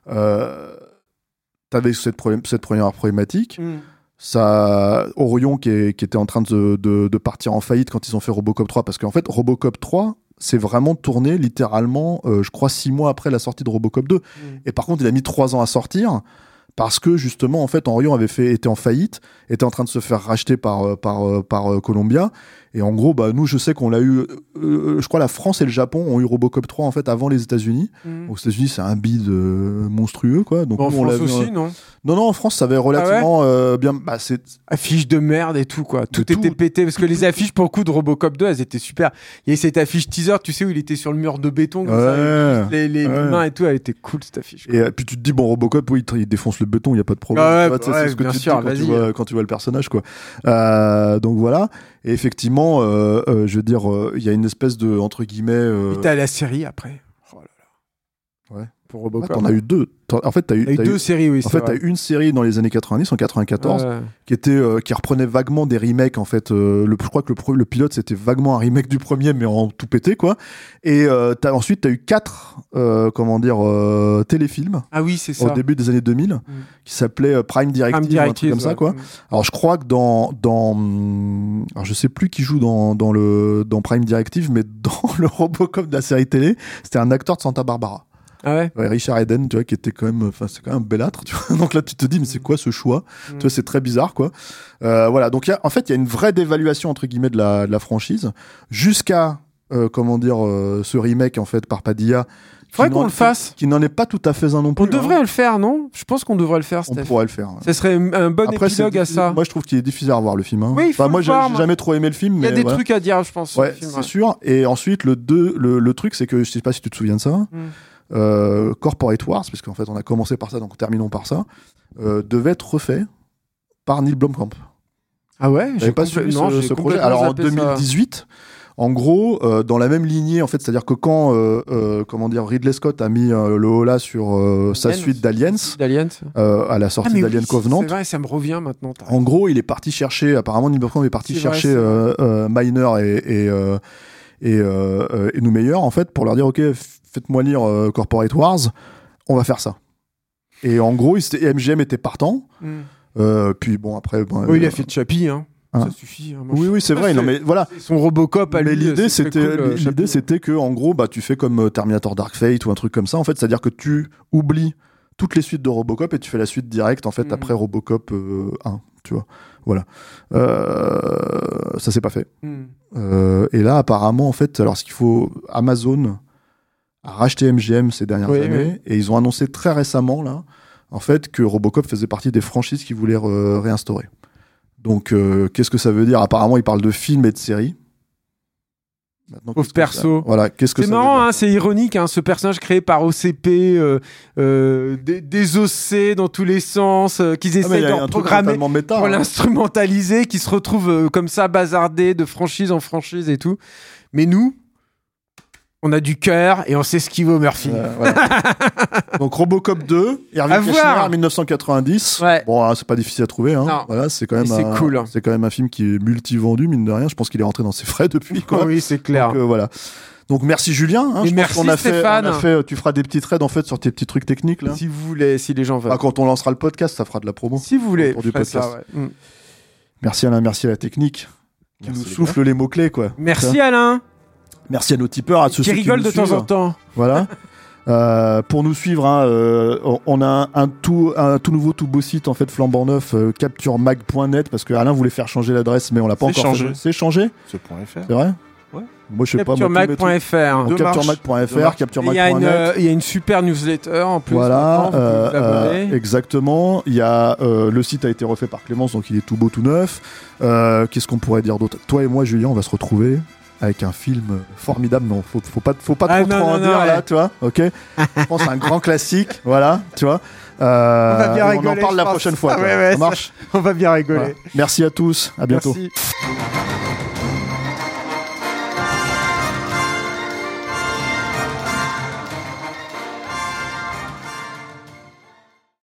t'avais cette première problématique. Ça, Orion qui était en train de partir en faillite quand ils ont fait Robocop 3, parce qu'en fait Robocop 3 c'est vraiment tourné littéralement je crois 6 mois après la sortie de Robocop 2 et par contre il a mis 3 ans à sortir parce que justement en fait Orion était en faillite, était en train de se faire racheter par Columbia. Et en gros, nous, je sais qu'on l'a eu. Je crois la France et le Japon ont eu Robocop 3 en fait avant les États-Unis. Aux États-Unis, c'est un bide monstrueux, quoi. Donc en France aussi, non ? Non, en France, ça avait relativement bien. C'est affiche de merde et tout, quoi. Tout était pété parce que les affiches pour le coup de Robocop 2, elles étaient super. Il y avait cette affiche teaser, tu sais, où il était sur le mur de béton, comme ça, les mains et tout, elle était cool cette affiche. Quoi. Et puis tu te dis il défonce le béton, il y a pas de problème. C'est ce que tu dis quand tu vois le personnage, quoi. Donc voilà. Et effectivement, je veux dire, il y a une espèce de, entre guillemets... Et t'as la série après. Oh là là. Ouais. Pour Robocop. T'en as eu deux. En fait, t'as eu deux séries, oui. En fait, t'as eu une série dans les années 90, en 94, qui reprenait vaguement des remakes, en fait. Je crois que le pilote, c'était vaguement un remake du premier, mais en tout pété, quoi. Et ensuite, t'as eu 4, téléfilms. Ah oui, c'est ça. Au début des années 2000, qui s'appelaient Prime Directive, un truc comme ça, quoi. Alors, je crois que alors, je sais plus qui joue dans Prime Directive, mais dans le Robocop de la série télé, c'était un acteur de Santa Barbara. Ah ouais. Richard Eden, tu vois, qui était quand même, c'est quand même un belâtre, tu vois. Donc là, tu te dis, mais c'est quoi ce choix? Tu vois, c'est très bizarre, quoi. Voilà. Donc, en fait, il y a une vraie dévaluation, entre guillemets, de la franchise, jusqu'à, ce remake, en fait, par Padilla. Il faudrait qu'on le fasse. Qui n'en est pas tout à fait un non plus. On devrait le faire, non? Je pense qu'on devrait le faire, Steph. On pourrait le faire. Ça serait un bon épilogue à ça. Moi, je trouve qu'il est difficile à revoir, le film. Hein. Oui, moi, j'ai jamais trop aimé le film. Il y a des trucs à dire, je pense. Ouais, c'est sûr. Et ensuite, le truc, c'est que, je sais pas si tu te souviens de ça, Corporate Wars, parce qu'en fait on a commencé par ça, donc terminons par ça, devait être refait par Neil Blomkamp. Ah ouais, j'ai pas suivi ce projet. Alors en 2018, en gros, dans la même lignée, en fait, c'est-à-dire que quand Ridley Scott a mis le holà sur sa suite d'Aliens, à la sortie d'Alien Covenant, c'est vrai, ça me revient maintenant. En gros, il est parti chercher, apparemment Neil Blomkamp est parti chercher Miner et Neumeyer, en fait, pour leur dire, ok, faites-moi lire Corporate Wars, on va faire ça. Et en gros, MGM était partant. Puis bon, après... il a fait de Chappie, hein. Ça suffit. Hein. Oui, c'est vrai. Non, mais voilà. Son Robocop à lui. Mais l'idée, c'était que, en gros, tu fais comme Terminator Dark Fate ou un truc comme ça. En fait, c'est-à-dire que tu oublies toutes les suites de Robocop et tu fais la suite directe, en fait, après Robocop 1. Tu vois. Voilà. Ça s'est pas fait. Et là, apparemment, en fait, alors ce qu'il faut, Amazon a racheté MGM ces dernières années et ils ont annoncé très récemment là, en fait, que Robocop faisait partie des franchises qu'ils voulaient réinstaurer. Donc, qu'est-ce que ça veut dire? Apparemment, ils parlent de films et de séries. Pauvre perso. Voilà, qu'est-ce que c'est marrant, hein, c'est ironique, hein, ce personnage créé par OCP, désossé dans tous les sens, qu'ils essaient de reprogrammer pour l'instrumentaliser, qui se retrouve comme ça bazardé de franchise en franchise et tout. Mais nous, on a du cœur et on sait ce qu'il vaut, Murphy. Voilà. Donc Robocop 2, Irving Kershner, 1990. Ouais. Bon, c'est pas difficile à trouver. Hein. Voilà, c'est quand même cool. C'est quand même un film qui est multi-vendu, mine de rien. Je pense qu'il est rentré dans ses frais depuis. Quoi. Oui, c'est clair. Donc, voilà. Donc merci Julien. Hein, merci Stéphane. Tu feras des petites raids en fait sur tes petits trucs techniques là. Si vous voulez, si les gens veulent. Quand on lancera le podcast, ça fera de la promo. Si vous voulez. Pour du podcast. Ça, ouais. Merci Alain, merci à la technique qui nous souffle les mots-clés quoi. Merci Alain. Merci à nos tipeurs, à ceux qui rigolent de temps en temps. Voilà. Pour nous suivre, on a un tout nouveau tout beau site en fait flambant neuf, capturemag.net, parce que Alain voulait faire changer l'adresse, mais on l'a pas encore fait. C'est changé. .fr. C'est vrai. Ouais. Moi je sais pas. Capturemag.fr. Capturemag.fr, capturemag.net. Il y a une super newsletter en plus. Voilà. Exactement. Il y a le site a été refait par Clémence, donc il est tout beau, tout neuf. Qu'est-ce qu'on pourrait dire d'autre? Toi et moi, Julien, on va se retrouver avec un film formidable. Non, faut pas trop en dire là, tu vois. Ok. Je pense un grand classique. Voilà, tu vois. On va bien rigoler. On en parle la prochaine fois. Ouais, ça marche. On va bien rigoler. Voilà. Merci à tous. À bientôt. Merci.